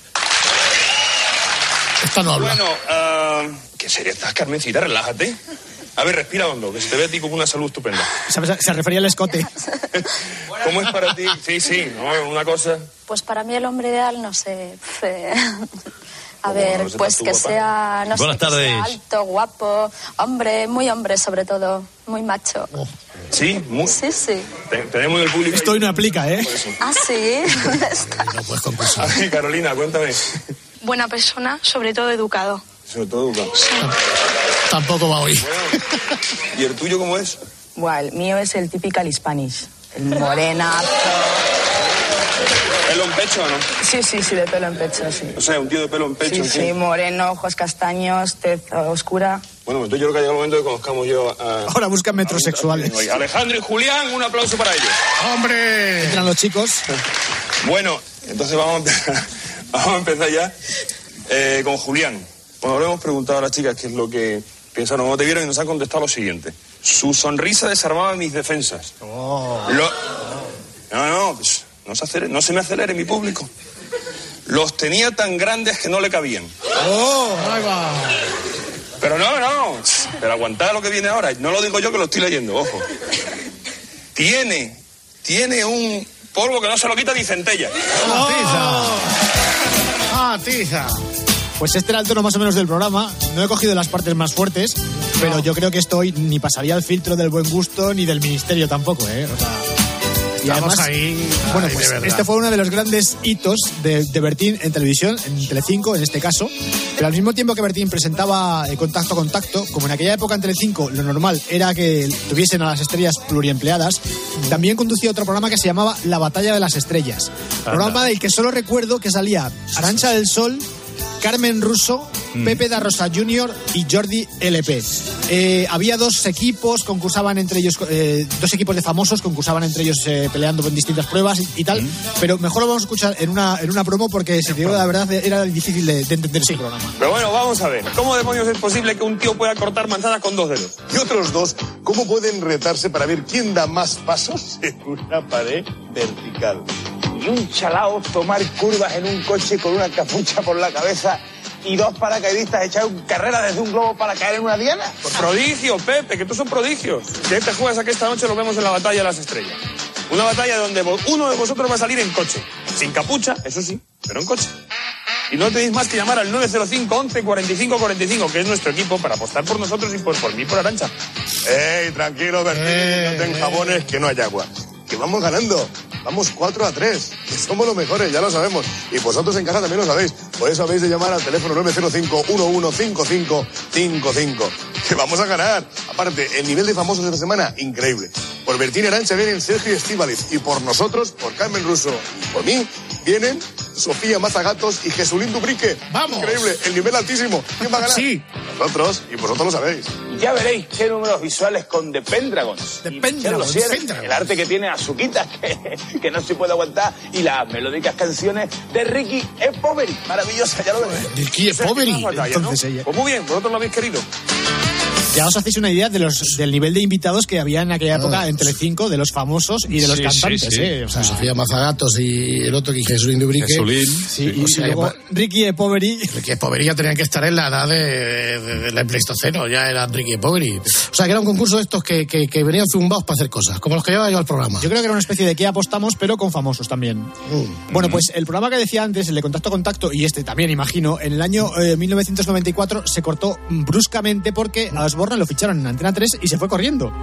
[SPEAKER 11] Esta no habla.
[SPEAKER 19] Bueno, ¿qué sería estás, Carmencita? Relájate. A ver, respira hondo, que se te ve a ti como una salud estupenda.
[SPEAKER 14] Se refería al escote.
[SPEAKER 19] ¿Cómo es para ti? Sí, ¿no? Una cosa...
[SPEAKER 20] Pues para mí el hombre ideal, no sé... A ver, pues que sea, no sé, que sea alto, guapo, hombre, muy hombre sobre todo, muy macho.
[SPEAKER 19] ¿Sí?
[SPEAKER 20] Sí, sí.
[SPEAKER 19] Tenemos el público...
[SPEAKER 14] Esto hoy no aplica, ¿eh?
[SPEAKER 20] Ah, ¿sí? ¿Dónde está?
[SPEAKER 11] No puedes concursar.
[SPEAKER 19] A ver, Carolina, cuéntame.
[SPEAKER 20] Buena persona, sobre todo educado.
[SPEAKER 19] Sobre todo educado.
[SPEAKER 20] Sí.
[SPEAKER 11] Tampoco va hoy.
[SPEAKER 19] Bueno, ¿y el tuyo cómo es?
[SPEAKER 21] Bueno, el mío es el typical Spanish, el morenazo.
[SPEAKER 19] ¿Pelo en pecho o no?
[SPEAKER 21] Sí, de pelo en pecho, sí.
[SPEAKER 19] O sea, un tío de pelo en pecho.
[SPEAKER 21] Sí, moreno, ojos castaños, tez oscura.
[SPEAKER 19] Bueno, entonces yo creo que ha llegado el momento de que conozcamos yo a...
[SPEAKER 14] Ahora buscan metrosexuales.
[SPEAKER 19] Alejandro y Julián, un aplauso para ellos.
[SPEAKER 11] ¡Hombre!
[SPEAKER 14] Entran los chicos.
[SPEAKER 19] Bueno, entonces vamos a empezar ya con Julián. Bueno, le hemos preguntado a las chicas qué es lo que pensaron cómo te vieron y nos han contestado lo siguiente. Su sonrisa desarmaba mis defensas. No, pues... No se me acelere mi público. Los tenía tan grandes que no le cabían.
[SPEAKER 11] Ahí va.
[SPEAKER 19] Pero no. Pero aguantad lo que viene ahora. No lo digo yo, que lo estoy leyendo, ojo. Tiene un polvo que no se lo quita ni centella.
[SPEAKER 11] Tiza.
[SPEAKER 14] Pues este era el tono más o menos del programa. No he cogido las partes más fuertes, pero yo creo que esto hoy ni pasaría el filtro del buen gusto ni del ministerio tampoco, ¿eh? O sea... Y además, bueno, pues este fue uno de los grandes hitos de Bertín en televisión, en Telecinco en este caso. Pero al mismo tiempo que Bertín presentaba Contacto, como en aquella época en Telecinco lo normal era que tuviesen a las estrellas pluriempleadas, también conducía otro programa que se llamaba La Batalla de las Estrellas. Programa del que solo recuerdo que salía Arantxa del Sol, Carmen Russo, Pepe da Rosa Jr. y Jordi LP. Había dos equipos, concursaban entre ellos, dos equipos de famosos, concursaban entre ellos peleando en distintas pruebas y tal, pero mejor lo vamos a escuchar en una promo porque, si te digo la verdad, era difícil de entender ese programa.
[SPEAKER 19] Pero bueno, vamos a ver, ¿cómo demonios es posible que un tío pueda cortar manzanas con 2 dedos?
[SPEAKER 22] Y otros dos, ¿cómo pueden retarse para ver quién da más pasos en una pared vertical?
[SPEAKER 23] Y un chalao tomar curvas en un coche con una capucha por la cabeza y 2 paracaidistas echar carrera desde un globo para caer en una diana.
[SPEAKER 19] Pues prodigio, Pepe, que tú son prodigios. ¿Qué te juegas a que esta noche lo vemos en la Batalla de las Estrellas? Una batalla donde uno de vosotros va a salir en coche. Sin capucha, eso sí, pero en coche. Y no tenéis más que llamar al 905 11 45 45, que es nuestro equipo, para apostar por nosotros y por mí, por Arantxa.
[SPEAKER 22] Tranquilo, Bertín, no ten jabones, que no hay agua. Que vamos ganando. Vamos 4-3, que somos los mejores, ya lo sabemos. Y vosotros en casa también lo sabéis. Por eso habéis de llamar al teléfono 905-115555. Que vamos a ganar. Aparte, el nivel de famosos de esta semana, increíble. Por Bertín y Arantxa vienen Sergio y Estíbaliz. Y por nosotros, por Carmen Russo y por mí, vienen Sofía Mazagatos y Jesulín Dubrique.
[SPEAKER 11] ¡Vamos!
[SPEAKER 22] Increíble, el nivel altísimo. ¿Quién va a ganar?
[SPEAKER 11] Sí.
[SPEAKER 22] Nosotros, y vosotros lo sabéis.
[SPEAKER 23] Y ya veréis qué números visuales con The Pendragons. El arte que tiene Azuquita, que no se puede aguantar. Y las melódicas canciones de Ricky E. Poveri. Maravillosa, ya lo veréis.
[SPEAKER 11] Ricky E. Poveri.
[SPEAKER 14] Entonces ella.
[SPEAKER 19] Pues muy bien, vosotros lo habéis querido.
[SPEAKER 14] Ya os hacéis una idea del nivel de invitados que había en aquella época en Telecinco, de los famosos y de los cantantes.
[SPEAKER 11] O sea, Sofía Mazagatos y el otro que Jesulín Dubrique.
[SPEAKER 14] Sí, y luego Ricky E. Poveri.
[SPEAKER 11] Ricky E. Poveri ya tenían que estar en la edad del Pleistoceno, ya eran Ricky E. Poveri. O sea, que era un concurso de estos que venían zumbados para hacer cosas, como los que llevaba yo al programa.
[SPEAKER 14] Yo creo que era una especie de que apostamos, pero con famosos también. Bueno, pues el programa que decía antes, el de Contacto, y este también, imagino, en el año 1994 se cortó bruscamente porque a Osborne lo ficharon en Antena 3 y se fue corriendo.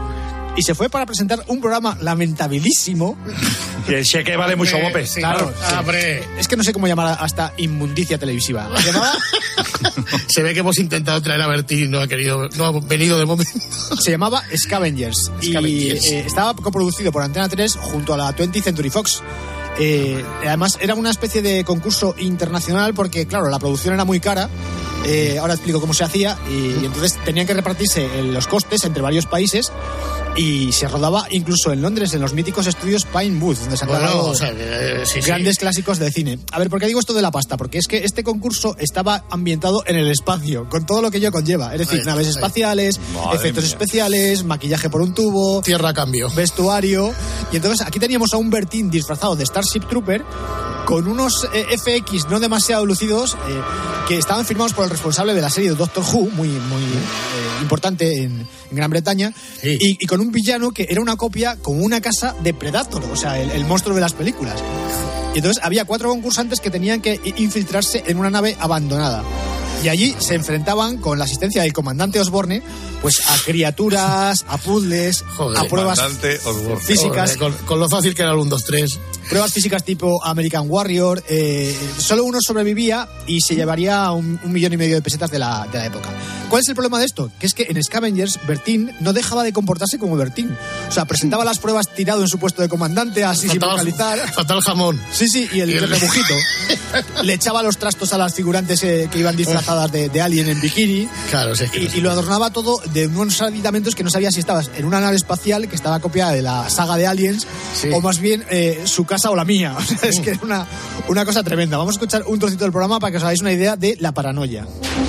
[SPEAKER 14] y se fue para presentar un programa lamentabilísimo.
[SPEAKER 17] Que sé que vale mucho golpe.
[SPEAKER 14] Sí, claro. Sí. Es que no sé cómo llamar hasta inmundicia televisiva. ¿Llamaba?
[SPEAKER 11] Se ve que hemos intentado traer a Bertín y no ha venido de momento.
[SPEAKER 14] Se llamaba Scavengers. Y estaba coproducido por Antena 3 junto a la 20th Century Fox. Además era una especie de concurso internacional porque, claro, la producción era muy cara. Ahora explico cómo se hacía. Y entonces tenían que repartirse los costes entre varios países. Y se rodaba incluso en Londres, en los míticos estudios Pinewood, donde se han grabado grandes clásicos de cine. A ver, ¿por qué digo esto de la pasta? Porque es que este concurso estaba ambientado en el espacio, con todo lo que ello conlleva. Es decir, naves espaciales, efectos especiales, maquillaje por un tubo,
[SPEAKER 11] tierra a cambio,
[SPEAKER 14] vestuario. Y entonces aquí teníamos a un Bertín disfrazado de Starship Trooper con unos FX no demasiado lucidos que estaban firmados por el responsable de la serie Doctor Who, muy importante en Gran Bretaña, y con un villano que era una copia como una casa de Predator, o sea, el monstruo de las películas. Y entonces había 4 concursantes que tenían que infiltrarse en una nave abandonada. Y allí se enfrentaban con la asistencia del comandante Osborne, pues a criaturas, a puzzles, a pruebas físicas.
[SPEAKER 11] Con lo fácil que era el 1, 2, 3.
[SPEAKER 14] Pruebas físicas tipo American Warrior. Solo uno sobrevivía y se llevaría $1,5 million de pesetas de la época. ¿Cuál es el problema de esto? Que es que en Scavengers, Bertín no dejaba de comportarse como Bertín. O sea, presentaba las pruebas tirado en su puesto de comandante, así sin vocalizar.
[SPEAKER 11] Fatal jamón.
[SPEAKER 14] Sí, y el rebujito. Le echaba los trastos a las figurantes que iban disfrazadas de alien en bikini.
[SPEAKER 11] Claro, sí.
[SPEAKER 14] Y lo adornaba todo de unos aditamentos que no sabía si estabas en una nave espacial que estaba copiada de la saga de Aliens, o más bien su casa o la mía. O sea, es que era una cosa tremenda. Vamos a escuchar un trocito del programa para que os hagáis una idea de la paranoia.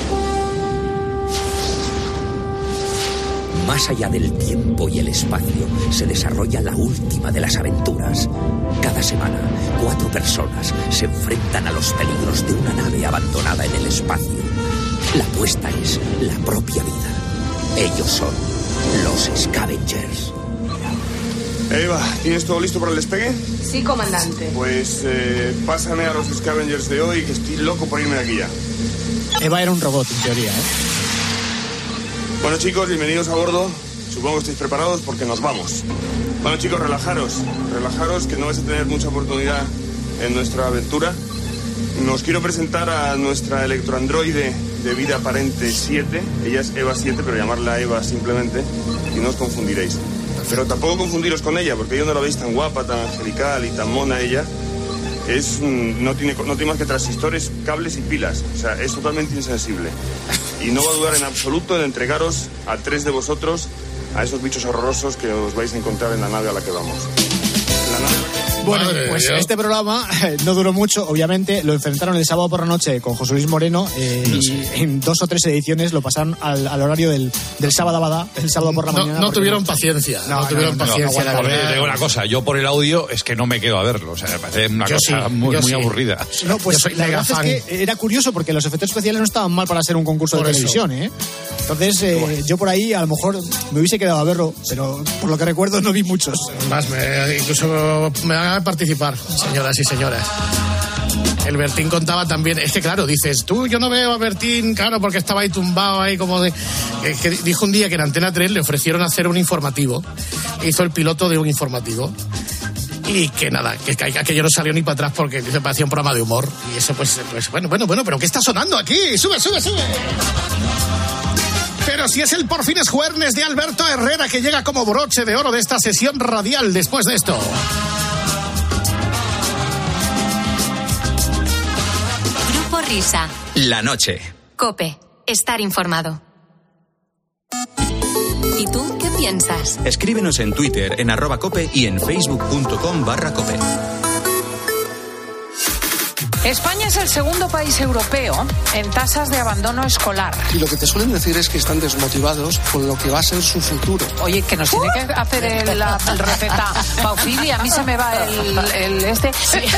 [SPEAKER 4] Más allá del tiempo y el espacio se desarrolla la última de las aventuras. Cada semana, 4 personas se enfrentan a los peligros de una nave abandonada en el espacio. La apuesta es la propia vida. Ellos son los Scavengers.
[SPEAKER 22] Eva, ¿tienes todo listo para el despegue?
[SPEAKER 21] Sí, comandante.
[SPEAKER 22] Pues pásame a los Scavengers de hoy, que estoy loco por irme de aquí ya.
[SPEAKER 14] Eva era un robot, en teoría,
[SPEAKER 22] Bueno, chicos, bienvenidos a bordo. Supongo que estáis preparados porque nos vamos. Bueno, chicos, relajaros, que no vais a tener mucha oportunidad en nuestra aventura. Nos quiero presentar a nuestra electroandroide de vida aparente 7. Ella es Eva 7, pero llamarla Eva simplemente, y no os confundiréis. Pero tampoco confundiros con ella, porque yo no la veis tan guapa, tan angelical y tan mona ella. No tiene más que transistores, cables y pilas. O sea, es totalmente insensible. Y no va a dudar en absoluto en entregaros a 3 de vosotros a esos bichos horrorosos que os vais a encontrar en la nave a la que vamos.
[SPEAKER 14] Bueno, pues este programa no duró mucho, obviamente. Lo enfrentaron el sábado por la noche con José Luis Moreno y en 2 o 3 ediciones lo pasaron al horario del sábado abadá, el sábado por la mañana.
[SPEAKER 11] No tuvieron paciencia. No tuvieron paciencia.
[SPEAKER 12] Te digo una cosa, yo por el audio es que no me quedo a verlo. O sea, me parece una cosa muy aburrida.
[SPEAKER 14] No, pues la verdad es que era curioso porque los efectos especiales no estaban mal para ser un concurso de televisión, Entonces, yo por ahí a lo mejor me hubiese quedado a verlo, pero por lo que recuerdo no vi muchos.
[SPEAKER 11] Más, incluso me van a participar, señoras y señores. El Bertín contaba también, es que claro, dices, yo no veo a Bertín, claro, porque estaba ahí tumbado, ahí como de... que dijo un día que en Antena 3 le ofrecieron hacer un informativo, hizo el piloto de un informativo, y que nada, que aquello no salió ni para atrás porque se parecía un programa de humor, y eso pues bueno, pero ¿qué está sonando aquí? ¡Sube! Pero si es el Por fin es jueves de Alberto Herrera, que llega como broche de oro de esta sesión radial después de esto.
[SPEAKER 3] Grupo Risa.
[SPEAKER 2] La noche.
[SPEAKER 3] COPE. Estar informado. ¿Y tú qué piensas?
[SPEAKER 2] Escríbenos en Twitter, en @cope y en facebook.com/cope.
[SPEAKER 21] España es el segundo país europeo en tasas de abandono escolar.
[SPEAKER 5] Y lo que te suelen decir es que están desmotivados con lo que va a ser su futuro.
[SPEAKER 21] Oye, que nos tiene que hacer el receta Paufili, a mí se me va el este.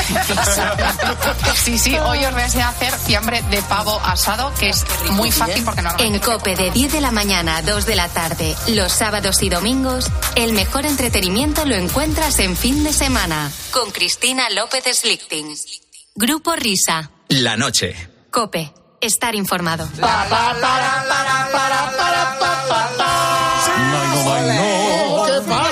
[SPEAKER 6] Sí, hoy os voy a enseñar a hacer fiambre de pavo asado, que es muy fácil porque
[SPEAKER 3] En COPE de 10 de la mañana a 2 de la tarde, los sábados y domingos, el mejor entretenimiento lo encuentras en fin de semana, con Cristina López Slichting. Grupo Risa.
[SPEAKER 2] La noche.
[SPEAKER 3] COPE. Estar informado.
[SPEAKER 11] ¿Qué pasa?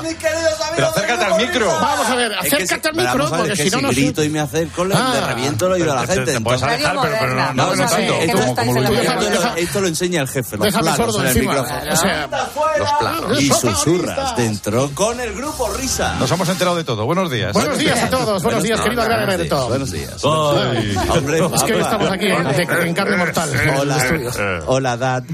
[SPEAKER 12] Pero acércate al micro.
[SPEAKER 11] Vamos a ver, acércate al micro, porque si no
[SPEAKER 8] nos... grito y me acerco, le reviento el oído a la gente.
[SPEAKER 12] Te puedes alejar, pero no tanto.
[SPEAKER 8] Esto lo enseña el jefe, los
[SPEAKER 11] Déjame
[SPEAKER 8] planos
[SPEAKER 11] sordo
[SPEAKER 8] en el
[SPEAKER 11] encima.
[SPEAKER 8] micrófono.
[SPEAKER 11] O sea,
[SPEAKER 8] los planos. Y susurras dentro con el grupo Risa.
[SPEAKER 12] Nos hemos enterado de todo. Buenos días.
[SPEAKER 11] Buenos días a todos. Buenos días, querido Alberto.
[SPEAKER 8] Buenos días.
[SPEAKER 11] Hombre, es que hoy estamos aquí en carne mortal.
[SPEAKER 8] Hola, Dad.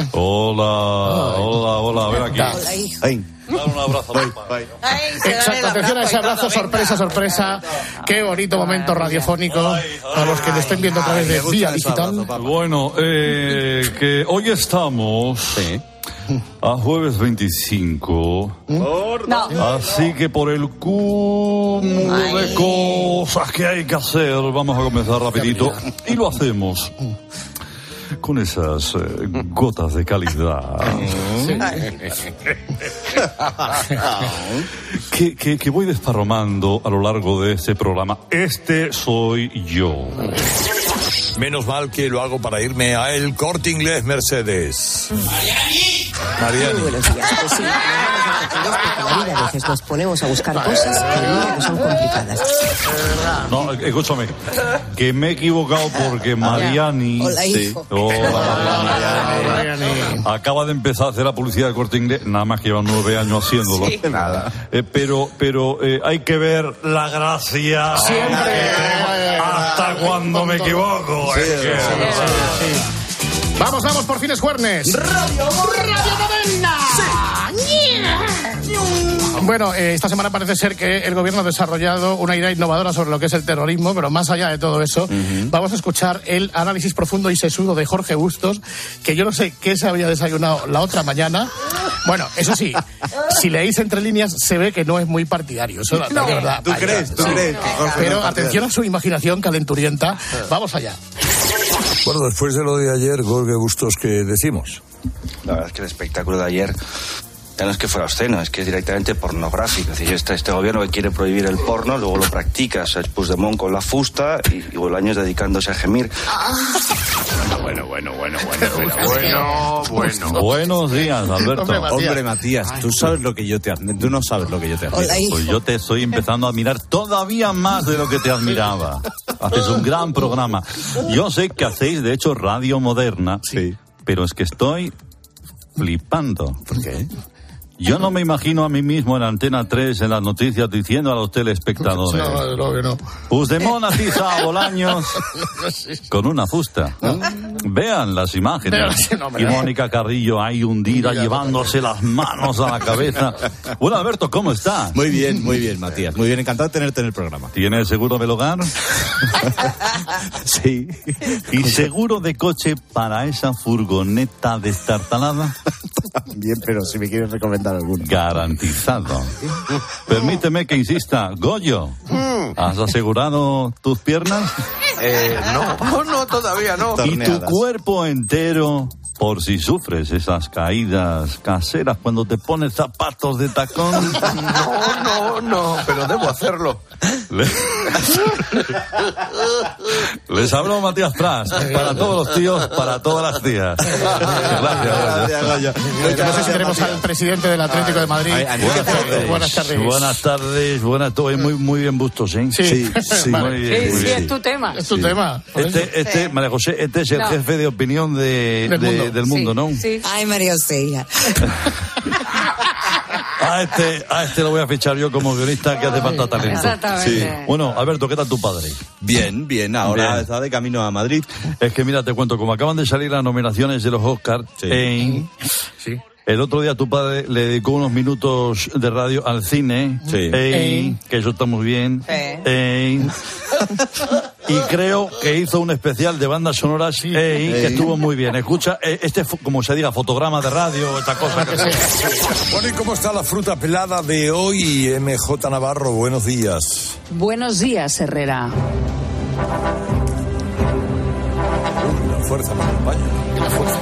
[SPEAKER 12] Hola, ven aquí.
[SPEAKER 8] Dale
[SPEAKER 12] un abrazo.
[SPEAKER 11] Exacto, atención a ese abrazo, sorpresa. Qué bonito momento radiofónico a los que lo estén viendo a través de Vía Digital.
[SPEAKER 9] Bueno, que hoy estamos... a jueves 25. Así que por el cúmulo de cosas que hay que hacer, vamos a comenzar rapidito. Y lo hacemos con esas gotas de calidad que voy desparramando a lo largo de este programa. Este soy yo.
[SPEAKER 10] Menos mal que lo hago para irme a El Corte Inglés Mercedes. Mariani.
[SPEAKER 24] Buenos días. Pues sí, porque la vida a veces nos ponemos a buscar cosas que son complicadas.
[SPEAKER 9] No, escúchame, que me he equivocado porque Mariani...
[SPEAKER 24] Hola, hijo.
[SPEAKER 9] Mariani. Acaba de empezar a hacer la publicidad del Corte Inglés, nada más que lleva 9 años haciéndolo.
[SPEAKER 24] Sí.
[SPEAKER 9] Nada. Pero hay que ver la gracia.
[SPEAKER 11] Siempre.
[SPEAKER 9] Hasta cuando me equivoco.
[SPEAKER 11] Vamos, por fines jueves. Radio Moderna. Bueno, esta semana parece ser que el gobierno ha desarrollado una idea innovadora sobre lo que es el terrorismo, pero más allá de todo eso, vamos a escuchar el análisis profundo y sesudo de Jorge Bustos, que yo no sé qué se había desayunado la otra mañana. Bueno, eso sí, si leéis entre líneas se ve que no es muy partidario. Eso de verdad.
[SPEAKER 8] ¿Tú crees?
[SPEAKER 11] Pero atención a su imaginación calenturienta. Vamos allá.
[SPEAKER 10] Bueno, después de lo de ayer, Jorge Bustos, ¿qué decimos?
[SPEAKER 25] La verdad es que el espectáculo de ayer ya no es que fuera obsceno, es que es directamente pornográfico. Es decir, este gobierno que quiere prohibir el porno, luego lo practica, o sea, es Puigdemont con la fusta y llevo años dedicándose a gemir.
[SPEAKER 12] Bueno.
[SPEAKER 9] Buenos días, Alberto.
[SPEAKER 8] Hombre, Matías, tú no sabes lo que yo te admiro.
[SPEAKER 9] Pues yo te estoy empezando a admirar todavía más de lo que te admiraba. Haces un gran programa. Yo sé que hacéis, de hecho, Radio Moderna, pero es que estoy flipando.
[SPEAKER 8] ¿Por qué?
[SPEAKER 9] Yo no me imagino a mí mismo en Antena 3 en las noticias diciendo a los telespectadores:
[SPEAKER 11] no.
[SPEAKER 9] Puigdemont atiza a Bolaños con una fusta. Vean las imágenes. Y Mónica Carrillo ahí hundida, llevándose las manos a la cabeza. Bueno, Alberto, ¿cómo estás?
[SPEAKER 8] Muy bien, Matías. Muy bien, encantado de tenerte en el programa.
[SPEAKER 9] ¿Tienes seguro del hogar?
[SPEAKER 8] Sí.
[SPEAKER 9] ¿Y seguro de coche para esa furgoneta destartalada?
[SPEAKER 8] Bien, pero si me quieres recomendar alguno.
[SPEAKER 9] Garantizado. Permíteme que insista. Goyo, ¿has asegurado tus piernas?
[SPEAKER 26] No, todavía no.
[SPEAKER 9] ¿Y tu cuerpo entero, por si sufres esas caídas caseras cuando te pones zapatos de tacón?
[SPEAKER 26] No, pero debo hacerlo.
[SPEAKER 9] Les habló Matías Prats. Para todos los tíos, para todas las tías. Gracias.
[SPEAKER 11] No sé si tenemos al presidente del Atlético de Madrid. Buenas tardes.
[SPEAKER 9] Buenas tardes. Muy bien, Bustos, ¿eh?
[SPEAKER 11] Sí.
[SPEAKER 9] Muy bien.
[SPEAKER 21] Sí, es tu tema.
[SPEAKER 11] Es tu tema.
[SPEAKER 9] María José, este es el jefe de opinión del mundo, ¿no?
[SPEAKER 21] Sí.
[SPEAKER 24] Ay, María José.
[SPEAKER 9] A este lo voy a fichar yo como guionista, que hace falta talento.
[SPEAKER 21] Exactamente.
[SPEAKER 9] Sí. Bueno, Alberto, ¿qué tal tu padre?
[SPEAKER 8] Bien. Ahora está de camino a Madrid.
[SPEAKER 9] Es que mira, te cuento, como acaban de salir las nominaciones de los Oscars, el otro día tu padre le dedicó unos minutos de radio al cine, que eso está muy bien. Y creo que hizo un especial de bandas sonoras que estuvo muy bien. Escucha, como se diga, fotograma de radio, esta cosa.
[SPEAKER 10] Bueno, ¿y cómo está la fruta pelada de hoy, MJ Navarro? Buenos días.
[SPEAKER 21] Buenos días, Herrera.
[SPEAKER 10] La fuerza me acompaña.
[SPEAKER 11] La fuerza.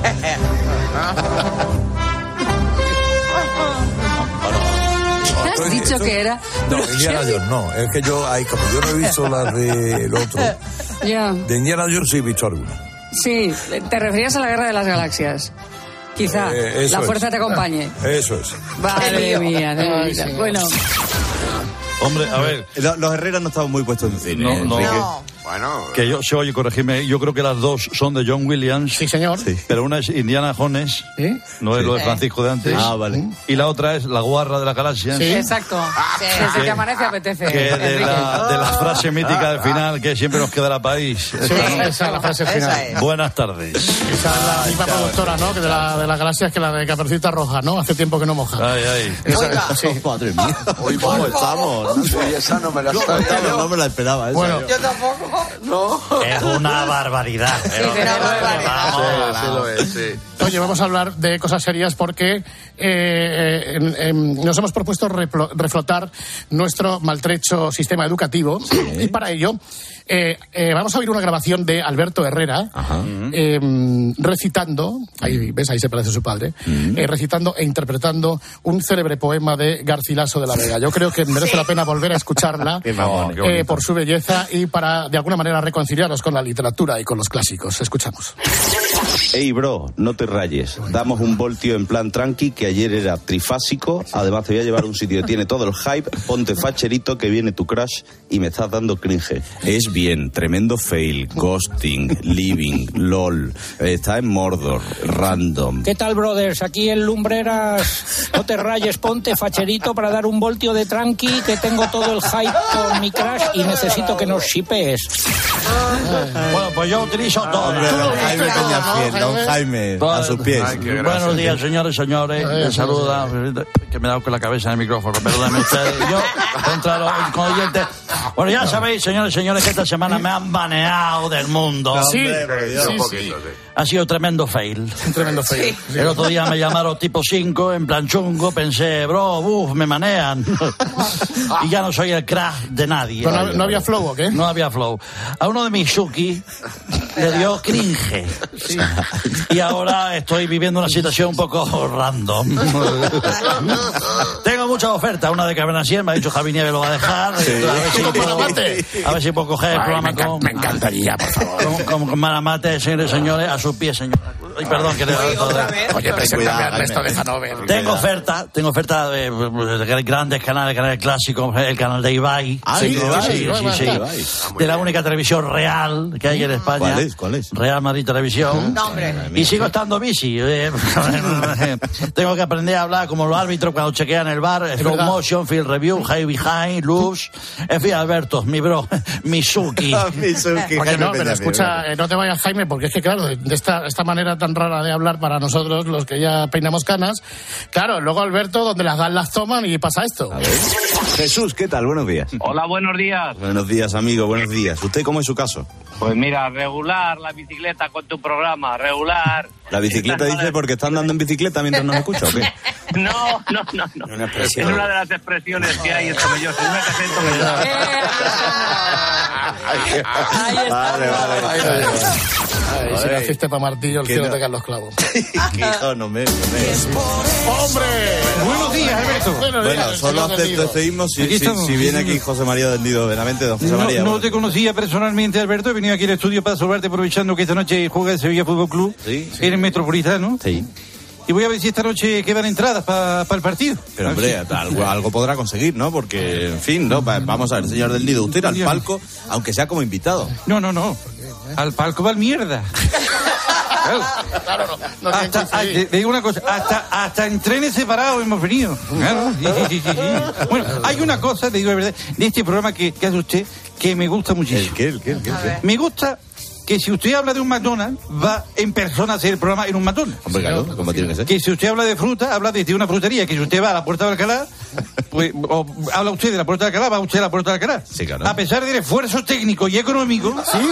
[SPEAKER 21] ¿Qué has dicho que era?
[SPEAKER 10] No, Indiana Jones no. Es que yo no he visto las del otro.
[SPEAKER 21] Ya.
[SPEAKER 10] De Indiana Jones sí he visto alguna.
[SPEAKER 21] Sí, te referías a la Guerra de las Galaxias.
[SPEAKER 1] Quizá. La fuerza te acompañe.
[SPEAKER 10] Eso es.
[SPEAKER 1] Madre mía, de mi vida. Bueno.
[SPEAKER 8] Hombre, a ver. Los Herrera no estaban muy puestos en cine.
[SPEAKER 10] No.
[SPEAKER 9] Bueno. Que yo, si oye, corregime, yo creo que las dos son de John Williams.
[SPEAKER 11] Sí, señor. Sí.
[SPEAKER 9] Pero una es Indiana Jones, no es lo de Francisco de antes.
[SPEAKER 8] Ah, vale.
[SPEAKER 9] Y la otra es La Guarra de la Galaxia.
[SPEAKER 1] Sí, exacto. Desde que amanece apetece.
[SPEAKER 9] Que de la frase mítica del final, que siempre nos quedará país.
[SPEAKER 11] Sí, esa es la frase final.
[SPEAKER 9] Buenas tardes.
[SPEAKER 11] Esa es la misma productora, ¿no? Que de la Galaxia es que la de Caperucita Roja, ¿no? Hace tiempo que no moja.
[SPEAKER 9] Ay.
[SPEAKER 11] Sí.
[SPEAKER 8] Madre mía. Hoy cómo estamos.
[SPEAKER 26] Esa no me la esperaba.
[SPEAKER 8] No me la esperaba.
[SPEAKER 11] Bueno,
[SPEAKER 26] yo tampoco. No.
[SPEAKER 17] Es una barbaridad.
[SPEAKER 1] Sí, una barbaridad.
[SPEAKER 26] Sí, lo es, sí.
[SPEAKER 11] Oye, vamos a hablar de cosas serias porque nos hemos propuesto reflotar nuestro maltrecho sistema educativo y para ello vamos a oír una grabación de Alberto Herrera recitando, ahí se parece a su padre, recitando e interpretando un célebre poema de Garcilaso de la Vega. Yo creo que merece la pena volver a escucharla por su belleza y para de alguna manera reconciliarnos con la literatura y con los clásicos. Escuchamos.
[SPEAKER 7] Ey, bro, no te rayes. Damos un voltio en plan tranqui, que ayer era trifásico. Además, te voy a llevar a un sitio que tiene todo el hype. Ponte facherito, que viene tu crush y me estás dando cringe.
[SPEAKER 8] Es bien, tremendo fail, ghosting, living, lol. Está en Mordor, random.
[SPEAKER 13] ¿Qué tal, brothers? Aquí en Lumbreras. No te rayes, ponte facherito para dar un voltio de tranqui, que tengo todo el hype con mi crush y necesito que nos shipees.
[SPEAKER 17] Bueno, pues yo utilizo todo.
[SPEAKER 8] Jaime Peñafiel, don Jaime, a sus pies.
[SPEAKER 17] Buenos días, señores. Les saluda, que me he dado con la cabeza en el micrófono. Perdónenme ustedes. Yo, contra los oyentes. Bueno, ya sabéis, señores, que esta semana me han baneado del mundo.
[SPEAKER 11] Sí.
[SPEAKER 17] Ha sido tremendo fail.
[SPEAKER 11] Tremendo fail.
[SPEAKER 17] Sí. El otro día me llamaron tipo 5, en plan chungo, pensé, me manean. Y ya no soy el crack de nadie.
[SPEAKER 11] ¿No había flow o qué?
[SPEAKER 17] No había flow. A uno de mis Suki le dio cringe. Sí. Y ahora estoy viviendo una situación un poco random. Tengo muchas ofertas. Una de Cadena 100, me ha dicho Javi Nieves lo va a dejar. Sí. A ver si puedo coger el programa
[SPEAKER 11] me encantaría, por favor.
[SPEAKER 17] Con Maramate, señores y señores, a sus pies, señor. Ay, perdón, que le doy todo.
[SPEAKER 11] Oye, preséntame al resto de Hanover.
[SPEAKER 17] Tengo oferta de grandes canales clásicos, el canal de Ibai.
[SPEAKER 11] Sí.
[SPEAKER 17] De la única televisión real que hay en España.
[SPEAKER 8] ¿Cuál es?
[SPEAKER 17] Real Madrid Televisión. Y sigo estando bici. Tengo que aprender a hablar como los árbitros cuando chequean el bar, slow motion, field review, high behind, loops. En fin, Alberto, mi bro, Mizuki.
[SPEAKER 11] Oye, no, pero escucha, no te vayas, Jaime, porque es que claro, de esta manera tan rara de hablar para nosotros, los que ya peinamos canas, claro, luego Alberto, donde las dan las toman y pasa esto.
[SPEAKER 8] Jesús, ¿qué tal? Buenos días.
[SPEAKER 15] Hola, buenos días.
[SPEAKER 8] Buenos días, amigo, buenos días. ¿Usted cómo es su caso?
[SPEAKER 15] Pues mira, regular la bicicleta con tu programa, regular.
[SPEAKER 8] ¿La bicicleta dice porque está andando en bicicleta mientras nos escucha o qué?
[SPEAKER 15] No. Es una de las expresiones que hay en Tomelloso. Es un acento que
[SPEAKER 11] Vale. Si naciste para martillo, el cielo te caen los clavos.
[SPEAKER 8] ¡Hombre!
[SPEAKER 11] Buenos días, Alberto.
[SPEAKER 8] Bueno, solo despedimos si viene aquí José María del Nido Benavente. Don José María.
[SPEAKER 13] No te conocía personalmente, Alberto. He venido aquí al estudio para saludarte, aprovechando que esta noche juega el Sevilla Fútbol Club.
[SPEAKER 8] Sí.
[SPEAKER 13] En el Metropolitano.
[SPEAKER 8] Sí.
[SPEAKER 13] Y voy a ver si esta noche quedan entradas para el partido.
[SPEAKER 8] Pero hombre, algo podrá conseguir, ¿no? Porque, en fin, ¿no? Vamos a ver, señor del Nido, usted al palco, aunque sea como invitado.
[SPEAKER 13] No. Al palco va el mierda.
[SPEAKER 11] Claro, no
[SPEAKER 13] te digo una cosa, hasta en trenes separados hemos venido. Claro, sí. Bueno, hay una cosa, te digo de verdad, de este programa que hace usted que me gusta muchísimo.
[SPEAKER 8] ¿El qué?
[SPEAKER 13] Me gusta que si usted habla de un McDonald's, va en persona a hacer el programa en un McDonald's.
[SPEAKER 8] Hombre, claro, como tiene que ser.
[SPEAKER 13] Que si usted habla de fruta, habla desde una frutería. Que si usted va a la Puerta de Alcalá, pues o habla usted de la Puerta de Alcalá, va usted a la Puerta de Alcalá.
[SPEAKER 8] Sí, claro.
[SPEAKER 13] A pesar del esfuerzo técnico y económico, ¿sí?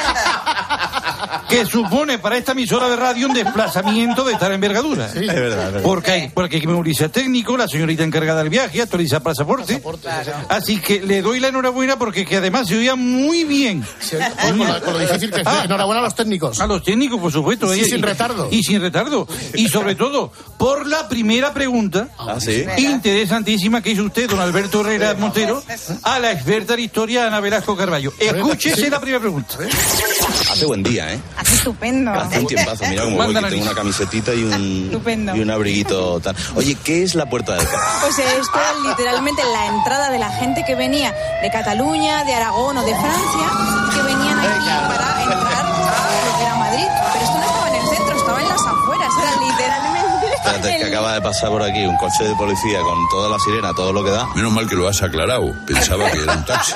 [SPEAKER 13] Que supone para esta emisora de radio un desplazamiento de tal envergadura.
[SPEAKER 8] Sí, es verdad.
[SPEAKER 13] Porque hay que memorizar técnico, la señorita encargada del viaje, actualizar pasaporte. Claro. Así que le doy la enhorabuena porque que además se oía muy bien.
[SPEAKER 11] Sí, con lo difícil que es. Enhorabuena a los técnicos.
[SPEAKER 13] A los técnicos, por supuesto.
[SPEAKER 11] Sí, sin retardo.
[SPEAKER 13] Y sin retardo. Y sobre todo, por la primera pregunta, interesantísima que hizo usted, don Alberto Herrera Montero, a la experta en historia Ana Velasco Carballo. Escúchese la primera pregunta.
[SPEAKER 8] Hace buen día, ¿eh?
[SPEAKER 4] Estupendo.
[SPEAKER 7] Hace un tiempazo, mira cómo voy, que tengo una camisetita y un abriguito tal. Oye, ¿qué es la Puerta de Alcalá?
[SPEAKER 4] Pues esto era literalmente la entrada de la gente que venía de Cataluña, de Aragón o de Francia, que venían aquí para entrar a lo que era Madrid. Pero esto no estaba en el centro, estaba en las afueras, era literalmente...
[SPEAKER 7] Espérate, que acaba de pasar por aquí un coche de policía con toda la sirena, todo lo que da.
[SPEAKER 10] Menos mal que lo has aclarado. Pensaba que era un taxi.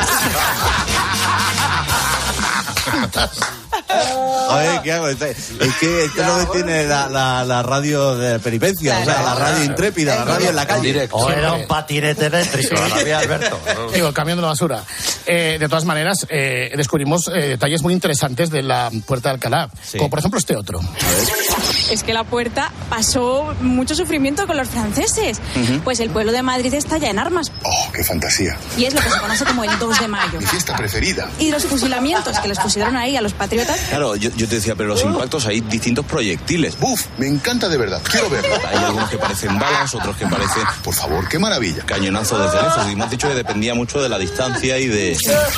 [SPEAKER 8] A ver, ¿qué hago? Es que esto no tiene la radio de peripecia, o sea, la radio intrépida, la radio en la calle.
[SPEAKER 17] O era un patinete eléctrico, lo había Alberto.
[SPEAKER 11] Digo, cambiando la basura. De todas maneras, descubrimos detalles muy interesantes de la Puerta de Alcalá, como por ejemplo este otro.
[SPEAKER 4] Es que la puerta pasó mucho sufrimiento con los franceses. Pues el pueblo de Madrid está ya en armas.
[SPEAKER 22] ¡Oh, qué fantasía!
[SPEAKER 4] Y es lo que se conoce como el 2 de mayo.
[SPEAKER 22] Mi fiesta preferida.
[SPEAKER 4] Y los fusilamientos que les pusieron ahí a los patriotas.
[SPEAKER 7] Claro, yo te decía, pero los impactos hay distintos proyectiles.
[SPEAKER 22] ¡Buf! Me encanta de verdad. Quiero verlo.
[SPEAKER 7] Hay algunos que parecen balas, otros que parecen...
[SPEAKER 22] Por favor, qué maravilla.
[SPEAKER 7] Cañonazo desde lejos. Y hemos dicho que dependía mucho de la distancia y de...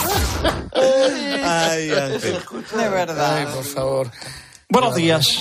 [SPEAKER 8] Ay, Ángel.
[SPEAKER 4] De verdad.
[SPEAKER 11] Ay, por favor.
[SPEAKER 13] Buenos días.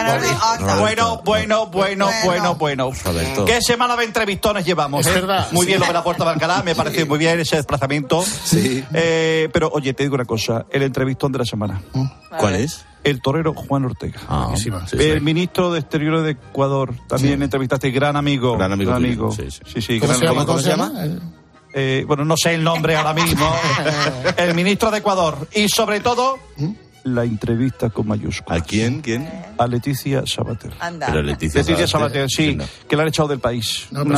[SPEAKER 13] Bueno.
[SPEAKER 8] Roberto.
[SPEAKER 13] ¿Qué semana de entrevistones llevamos?
[SPEAKER 11] Es verdad.
[SPEAKER 13] Muy bien lo de la Puerta de Alcalá, me parece muy bien ese desplazamiento.
[SPEAKER 8] Sí.
[SPEAKER 13] Pero oye, te digo una cosa, el entrevistón de la semana.
[SPEAKER 8] ¿Cuál es?
[SPEAKER 13] El torero Juan Ortega.
[SPEAKER 8] El
[SPEAKER 13] ministro de Exteriores de Ecuador, también entrevistaste, gran amigo.
[SPEAKER 8] Gran amigo.
[SPEAKER 13] Sí,
[SPEAKER 11] ¿Cómo se llama?
[SPEAKER 13] Bueno, no sé el nombre ahora mismo. El ministro de Ecuador. Y sobre todo... la entrevista con mayúsculas.
[SPEAKER 8] ¿A quién?
[SPEAKER 13] A Leticia Sabater.
[SPEAKER 4] Anda.
[SPEAKER 8] Pero Leticia
[SPEAKER 13] Sabater, sí, que la han echado del país.
[SPEAKER 11] No.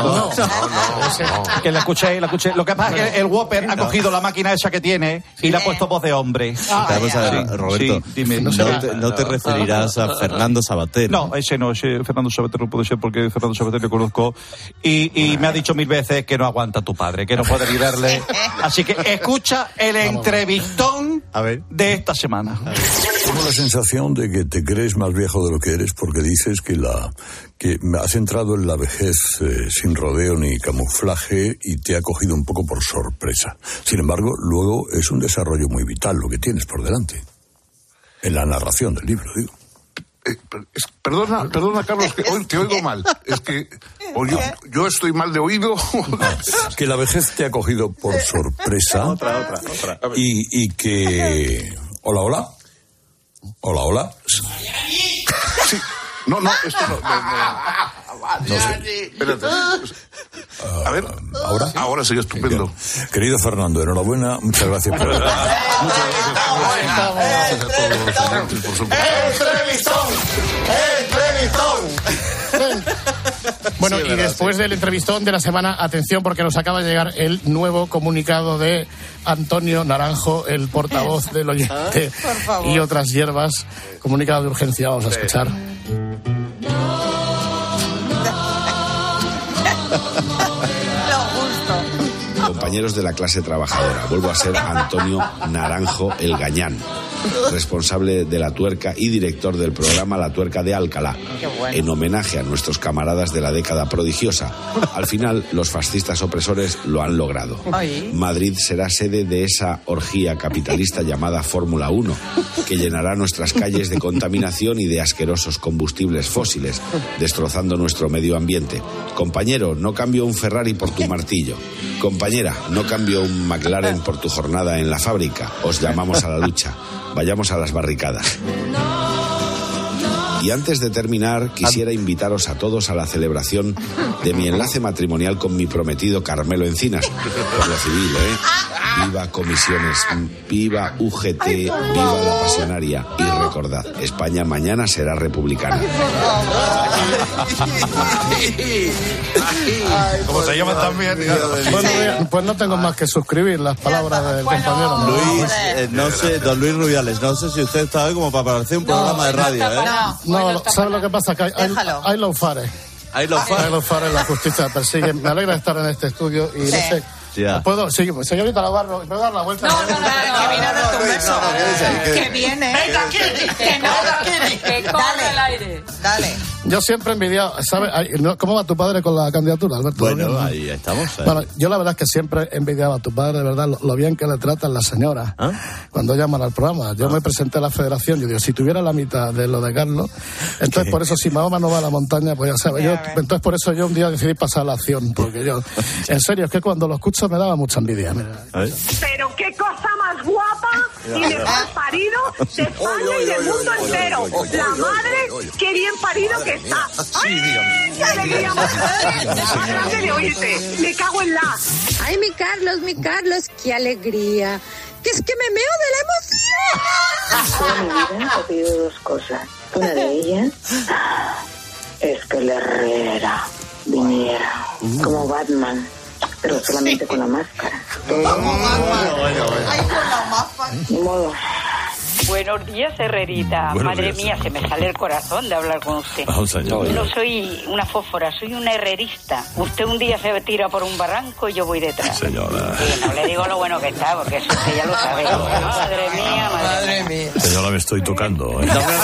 [SPEAKER 13] Que la escuché. Lo que pasa es que el Whopper ha cogido la máquina esa que tiene y le ha puesto voz de hombre.
[SPEAKER 8] Vamos a ver, Roberto,
[SPEAKER 13] Sí, dime.
[SPEAKER 8] no te referirás a Fernando Sabater.
[SPEAKER 13] No, ese Fernando Sabater no puede ser porque Fernando Sabater le conozco y me ha dicho 1000 veces que no aguanta tu padre, que no puede ni verle. Así que escucha el entrevistón de esta semana.
[SPEAKER 10] Tengo la sensación de que te crees más viejo de lo que eres porque dices que has entrado en la vejez sin rodeo ni camuflaje y te ha cogido un poco por sorpresa. Sin embargo, luego es un desarrollo muy vital lo que tienes por delante. En la narración del libro, digo.
[SPEAKER 22] Perdona, Carlos, que hoy te oigo mal. Es que yo estoy mal de oído.
[SPEAKER 10] Que la vejez te ha cogido por sorpresa.
[SPEAKER 8] Otra.
[SPEAKER 10] Y que... Hola. Sí. No, esto no. No sé. Espérate. A ver. Ahora sí, estupendo. Querido Fernando, enhorabuena. Muchas gracias por... Muchas gracias a todos los oyentes, por supuesto.
[SPEAKER 11] Bueno, y después del entrevistón de la semana, atención porque nos acaba de llegar el nuevo comunicado de Antonio Naranjo, el portavoz del oyente y otras hierbas. Comunicado de urgencia, vamos a escuchar.
[SPEAKER 16] Compañeros de la clase trabajadora, vuelvo a ser Antonio Naranjo el Gañán, responsable de La Tuerca y director del programa La Tuerca de Alcalá, en homenaje a nuestros camaradas de la década prodigiosa. Al final, los fascistas opresores lo han logrado. Madrid será sede de esa orgía capitalista llamada Fórmula 1, que llenará nuestras calles de contaminación y de asquerosos combustibles fósiles, destrozando nuestro medio ambiente. Compañero, no cambio un Ferrari por tu martillo. Compañera, no cambio un McLaren por tu jornada en la fábrica. Os llamamos a la lucha. Vayamos a las barricadas. Y antes de terminar, quisiera invitaros a todos a la celebración de mi enlace matrimonial con mi prometido Carmelo Encinas. Por lo civil, Viva Comisiones, viva UGT, viva la Pasionaria. Y recordad, España mañana será republicana.
[SPEAKER 10] ¿Cómo se llaman también?
[SPEAKER 11] Bueno, pues no tengo más que suscribir las palabras del compañero.
[SPEAKER 8] Luis, no sé, don Luis Rubiales, no sé si usted está hoy como para parecer un programa de radio,
[SPEAKER 11] No, ¿sabes lo que pasa? Que hay los fares.
[SPEAKER 8] Hay los fares.
[SPEAKER 11] La justicia persigue. Me alegra estar en este estudio y no sé
[SPEAKER 8] Ya.
[SPEAKER 11] ¿Puedo? Sí, pues, señorita Navarro, ¿puedo dar la vuelta?
[SPEAKER 21] No, que viene a darte un beso.
[SPEAKER 17] Que viene. Venga, Kiri.
[SPEAKER 21] Que no, que corre el aire.
[SPEAKER 17] Dale.
[SPEAKER 11] Yo siempre he envidiado, ¿sabes? ¿Cómo va tu padre con la candidatura, Alberto?
[SPEAKER 8] Bueno, ahí estamos.
[SPEAKER 11] Bueno, yo la verdad es que siempre he envidiado a tu padre, de verdad, lo bien que le tratan las señoras cuando llaman al programa. Yo me presenté a la federación, yo digo, si tuviera la mitad de lo de Carlos, entonces por eso si Mahoma no va a la montaña, pues ya sabes, entonces por eso yo un día decidí pasar a la acción, porque yo, en serio, es que cuando lo escucho me daba mucha envidia. Mira.
[SPEAKER 5] Pero qué cosa más guapa y mejor parido de España y del mundo entero. La madre, qué bien parido que está. ¡Ay, qué alegría más grande de oírte! Me cago en la...
[SPEAKER 14] Ay, mi Carlos, qué alegría. Que es que me meo de la emoción.
[SPEAKER 18] Toda mi vida he pedido dos cosas. Una de ellas es que el Herrera viniera como Batman, pero solamente con la máscara.
[SPEAKER 17] Como Batman. Ay, con la máscara.
[SPEAKER 18] Ni modo.
[SPEAKER 19] Buenos días, Herrerita.
[SPEAKER 10] Buenos
[SPEAKER 19] Madre
[SPEAKER 10] días.
[SPEAKER 19] mía, se me sale el corazón de hablar con usted.
[SPEAKER 10] Señor.
[SPEAKER 19] No soy una fósfora, soy una herrerista. Usted un día se tira por un barranco y yo voy detrás.
[SPEAKER 10] Señora.
[SPEAKER 19] Sí, no le digo lo bueno que está, porque eso usted ya lo sabe. Madre mía, madre mía.
[SPEAKER 10] Señora, me estoy tocando.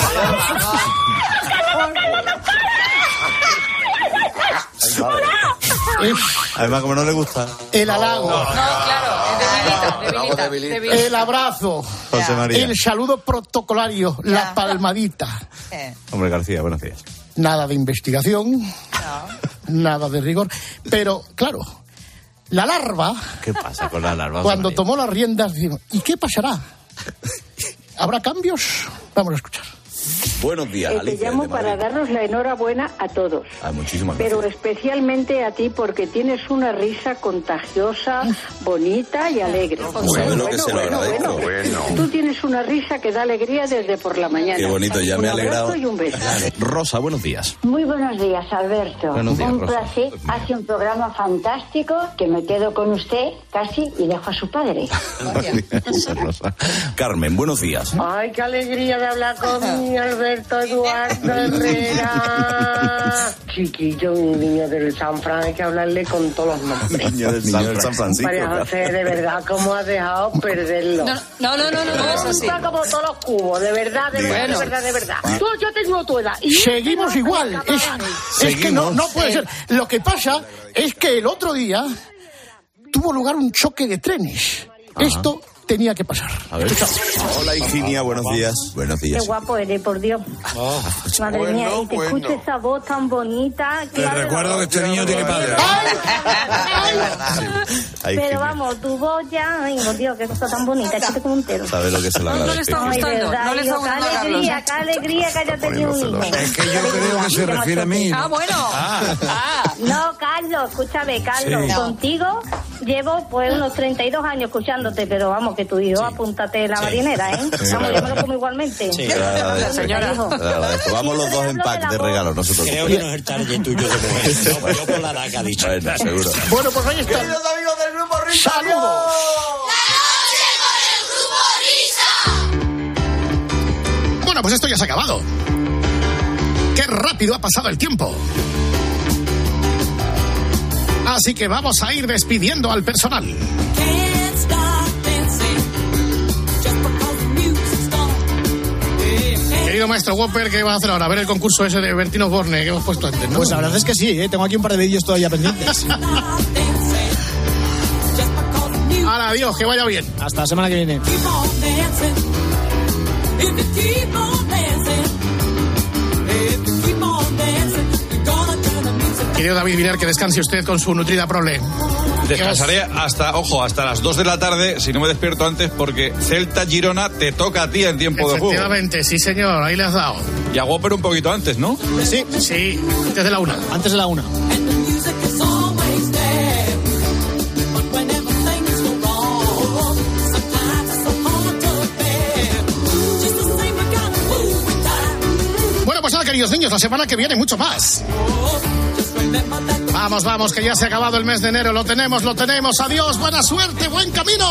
[SPEAKER 8] Además, como no le gusta.
[SPEAKER 11] El halago.
[SPEAKER 21] No, claro, debilita.
[SPEAKER 11] El abrazo.
[SPEAKER 8] José María.
[SPEAKER 11] El saludo protocolario. La palmadita.
[SPEAKER 8] Hombre García, buenos días.
[SPEAKER 11] Nada de investigación. Nada de rigor. Pero, claro, la larva,
[SPEAKER 8] ¿Qué pasa con la larva?
[SPEAKER 11] cuando tomó las riendas, dijo, ¿y qué pasará? ¿Habrá cambios? Vamos a escuchar.
[SPEAKER 7] Buenos días,
[SPEAKER 18] Te
[SPEAKER 7] Alicia.
[SPEAKER 18] llamo
[SPEAKER 7] desde
[SPEAKER 18] para
[SPEAKER 7] Madrid.
[SPEAKER 18] darnos la enhorabuena a todos.
[SPEAKER 7] Muchísimas
[SPEAKER 18] Pero
[SPEAKER 7] gracias.
[SPEAKER 18] especialmente a ti porque tienes una risa contagiosa, bonita y alegre.
[SPEAKER 7] Bueno, que se lo agradezco.
[SPEAKER 18] Tú tienes una risa que da alegría desde por la mañana.
[SPEAKER 7] Qué bonito, ya me ha
[SPEAKER 18] Un
[SPEAKER 7] alegrado.
[SPEAKER 18] abrazo y un beso.
[SPEAKER 7] Rosa, buenos días.
[SPEAKER 18] Muy buenos días, Alberto.
[SPEAKER 7] Buenos días,
[SPEAKER 18] un
[SPEAKER 7] Rosa.
[SPEAKER 18] placer. Hace un programa fantástico que me quedo con usted casi y dejo a su padre.
[SPEAKER 7] Rosa. Carmen, buenos días.
[SPEAKER 18] Ay, qué alegría de hablar con mi Alberto Eduardo Herrera. Chiquillo, un niño del San Fran, hay que hablarle con todos los nombres.
[SPEAKER 7] Niño del San Francisco.
[SPEAKER 18] María José, de verdad, ¿cómo has dejado perderlo?
[SPEAKER 21] No, es así.
[SPEAKER 18] Está como todos los cubos, de verdad. Yo tengo tu edad. Y
[SPEAKER 11] Seguimos igual. Es que no puede ser. Lo que pasa es que el otro día tuvo lugar un choque de trenes. Esto tenía que pasar.
[SPEAKER 7] A ver. Hola, Higinia, buenos días. Buenos
[SPEAKER 18] Qué
[SPEAKER 7] días.
[SPEAKER 18] guapo eres, por Dios. Madre mía, y te escucho esa voz tan bonita.
[SPEAKER 10] Te recuerdo que este niño tiene padre.
[SPEAKER 18] Pero vamos, tu voz ya, ay, por Dios, qué cosa tan bonita, échate como un tero.
[SPEAKER 7] ¿Sabe lo que se lo
[SPEAKER 21] No le
[SPEAKER 7] agradezco?
[SPEAKER 21] está gustando,
[SPEAKER 18] verdad,
[SPEAKER 21] no le está
[SPEAKER 18] qué
[SPEAKER 21] gustando a Carlos.
[SPEAKER 18] alegría que haya tenido un hijo.
[SPEAKER 10] Es que yo creo que se refiere a mí.
[SPEAKER 21] Ah, bueno.
[SPEAKER 18] No, Carlos, escúchame, Carlos,
[SPEAKER 10] Sí.
[SPEAKER 18] contigo llevo pues unos 32 años escuchándote, pero vamos, que tu hijo, apúntate la marinera, ¿eh? Vamos, yo me lo como igualmente.
[SPEAKER 7] Te agradezco.
[SPEAKER 21] Señora.
[SPEAKER 7] Te agradezco. Vamos los dos en pack de regalo nosotros.
[SPEAKER 20] Creo que no es el target tuyo de mujer. No, yo por la edad que ha dicho.
[SPEAKER 7] Bueno, seguro.
[SPEAKER 11] Bueno, pues ahí está.
[SPEAKER 17] Queridos amigos del Grupo Risa.
[SPEAKER 11] ¡Saludos! Bueno, pues esto ya se ha acabado. ¡Qué rápido ha pasado el tiempo! Así que vamos a ir despidiendo al personal. Querido maestro Whopper, ¿qué vas a hacer ahora? A ver el concurso ese de Bertino Borne que hemos puesto antes, ¿no?
[SPEAKER 23] Pues la verdad es que sí, tengo aquí un par de vídeos todavía pendientes.
[SPEAKER 11] Ahora, adiós, que vaya bien.
[SPEAKER 23] Hasta la semana que viene.
[SPEAKER 11] Querido David Vinar, que descanse usted con su nutrida prole.
[SPEAKER 12] Descansaré hasta las 2 de la tarde, si no me despierto antes, porque Celta Girona te toca a ti en tiempo de juego.
[SPEAKER 11] Efectivamente, sí señor, ahí le has dado.
[SPEAKER 12] Y a Whopper un poquito antes, ¿no?
[SPEAKER 11] Sí, antes de la 1.
[SPEAKER 23] Antes de la 1.
[SPEAKER 11] Bueno, pues nada, queridos niños, la semana que viene mucho más. Vamos, que ya se ha acabado el mes de enero. Lo tenemos. Adiós, buena suerte, buen camino.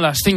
[SPEAKER 11] las 5.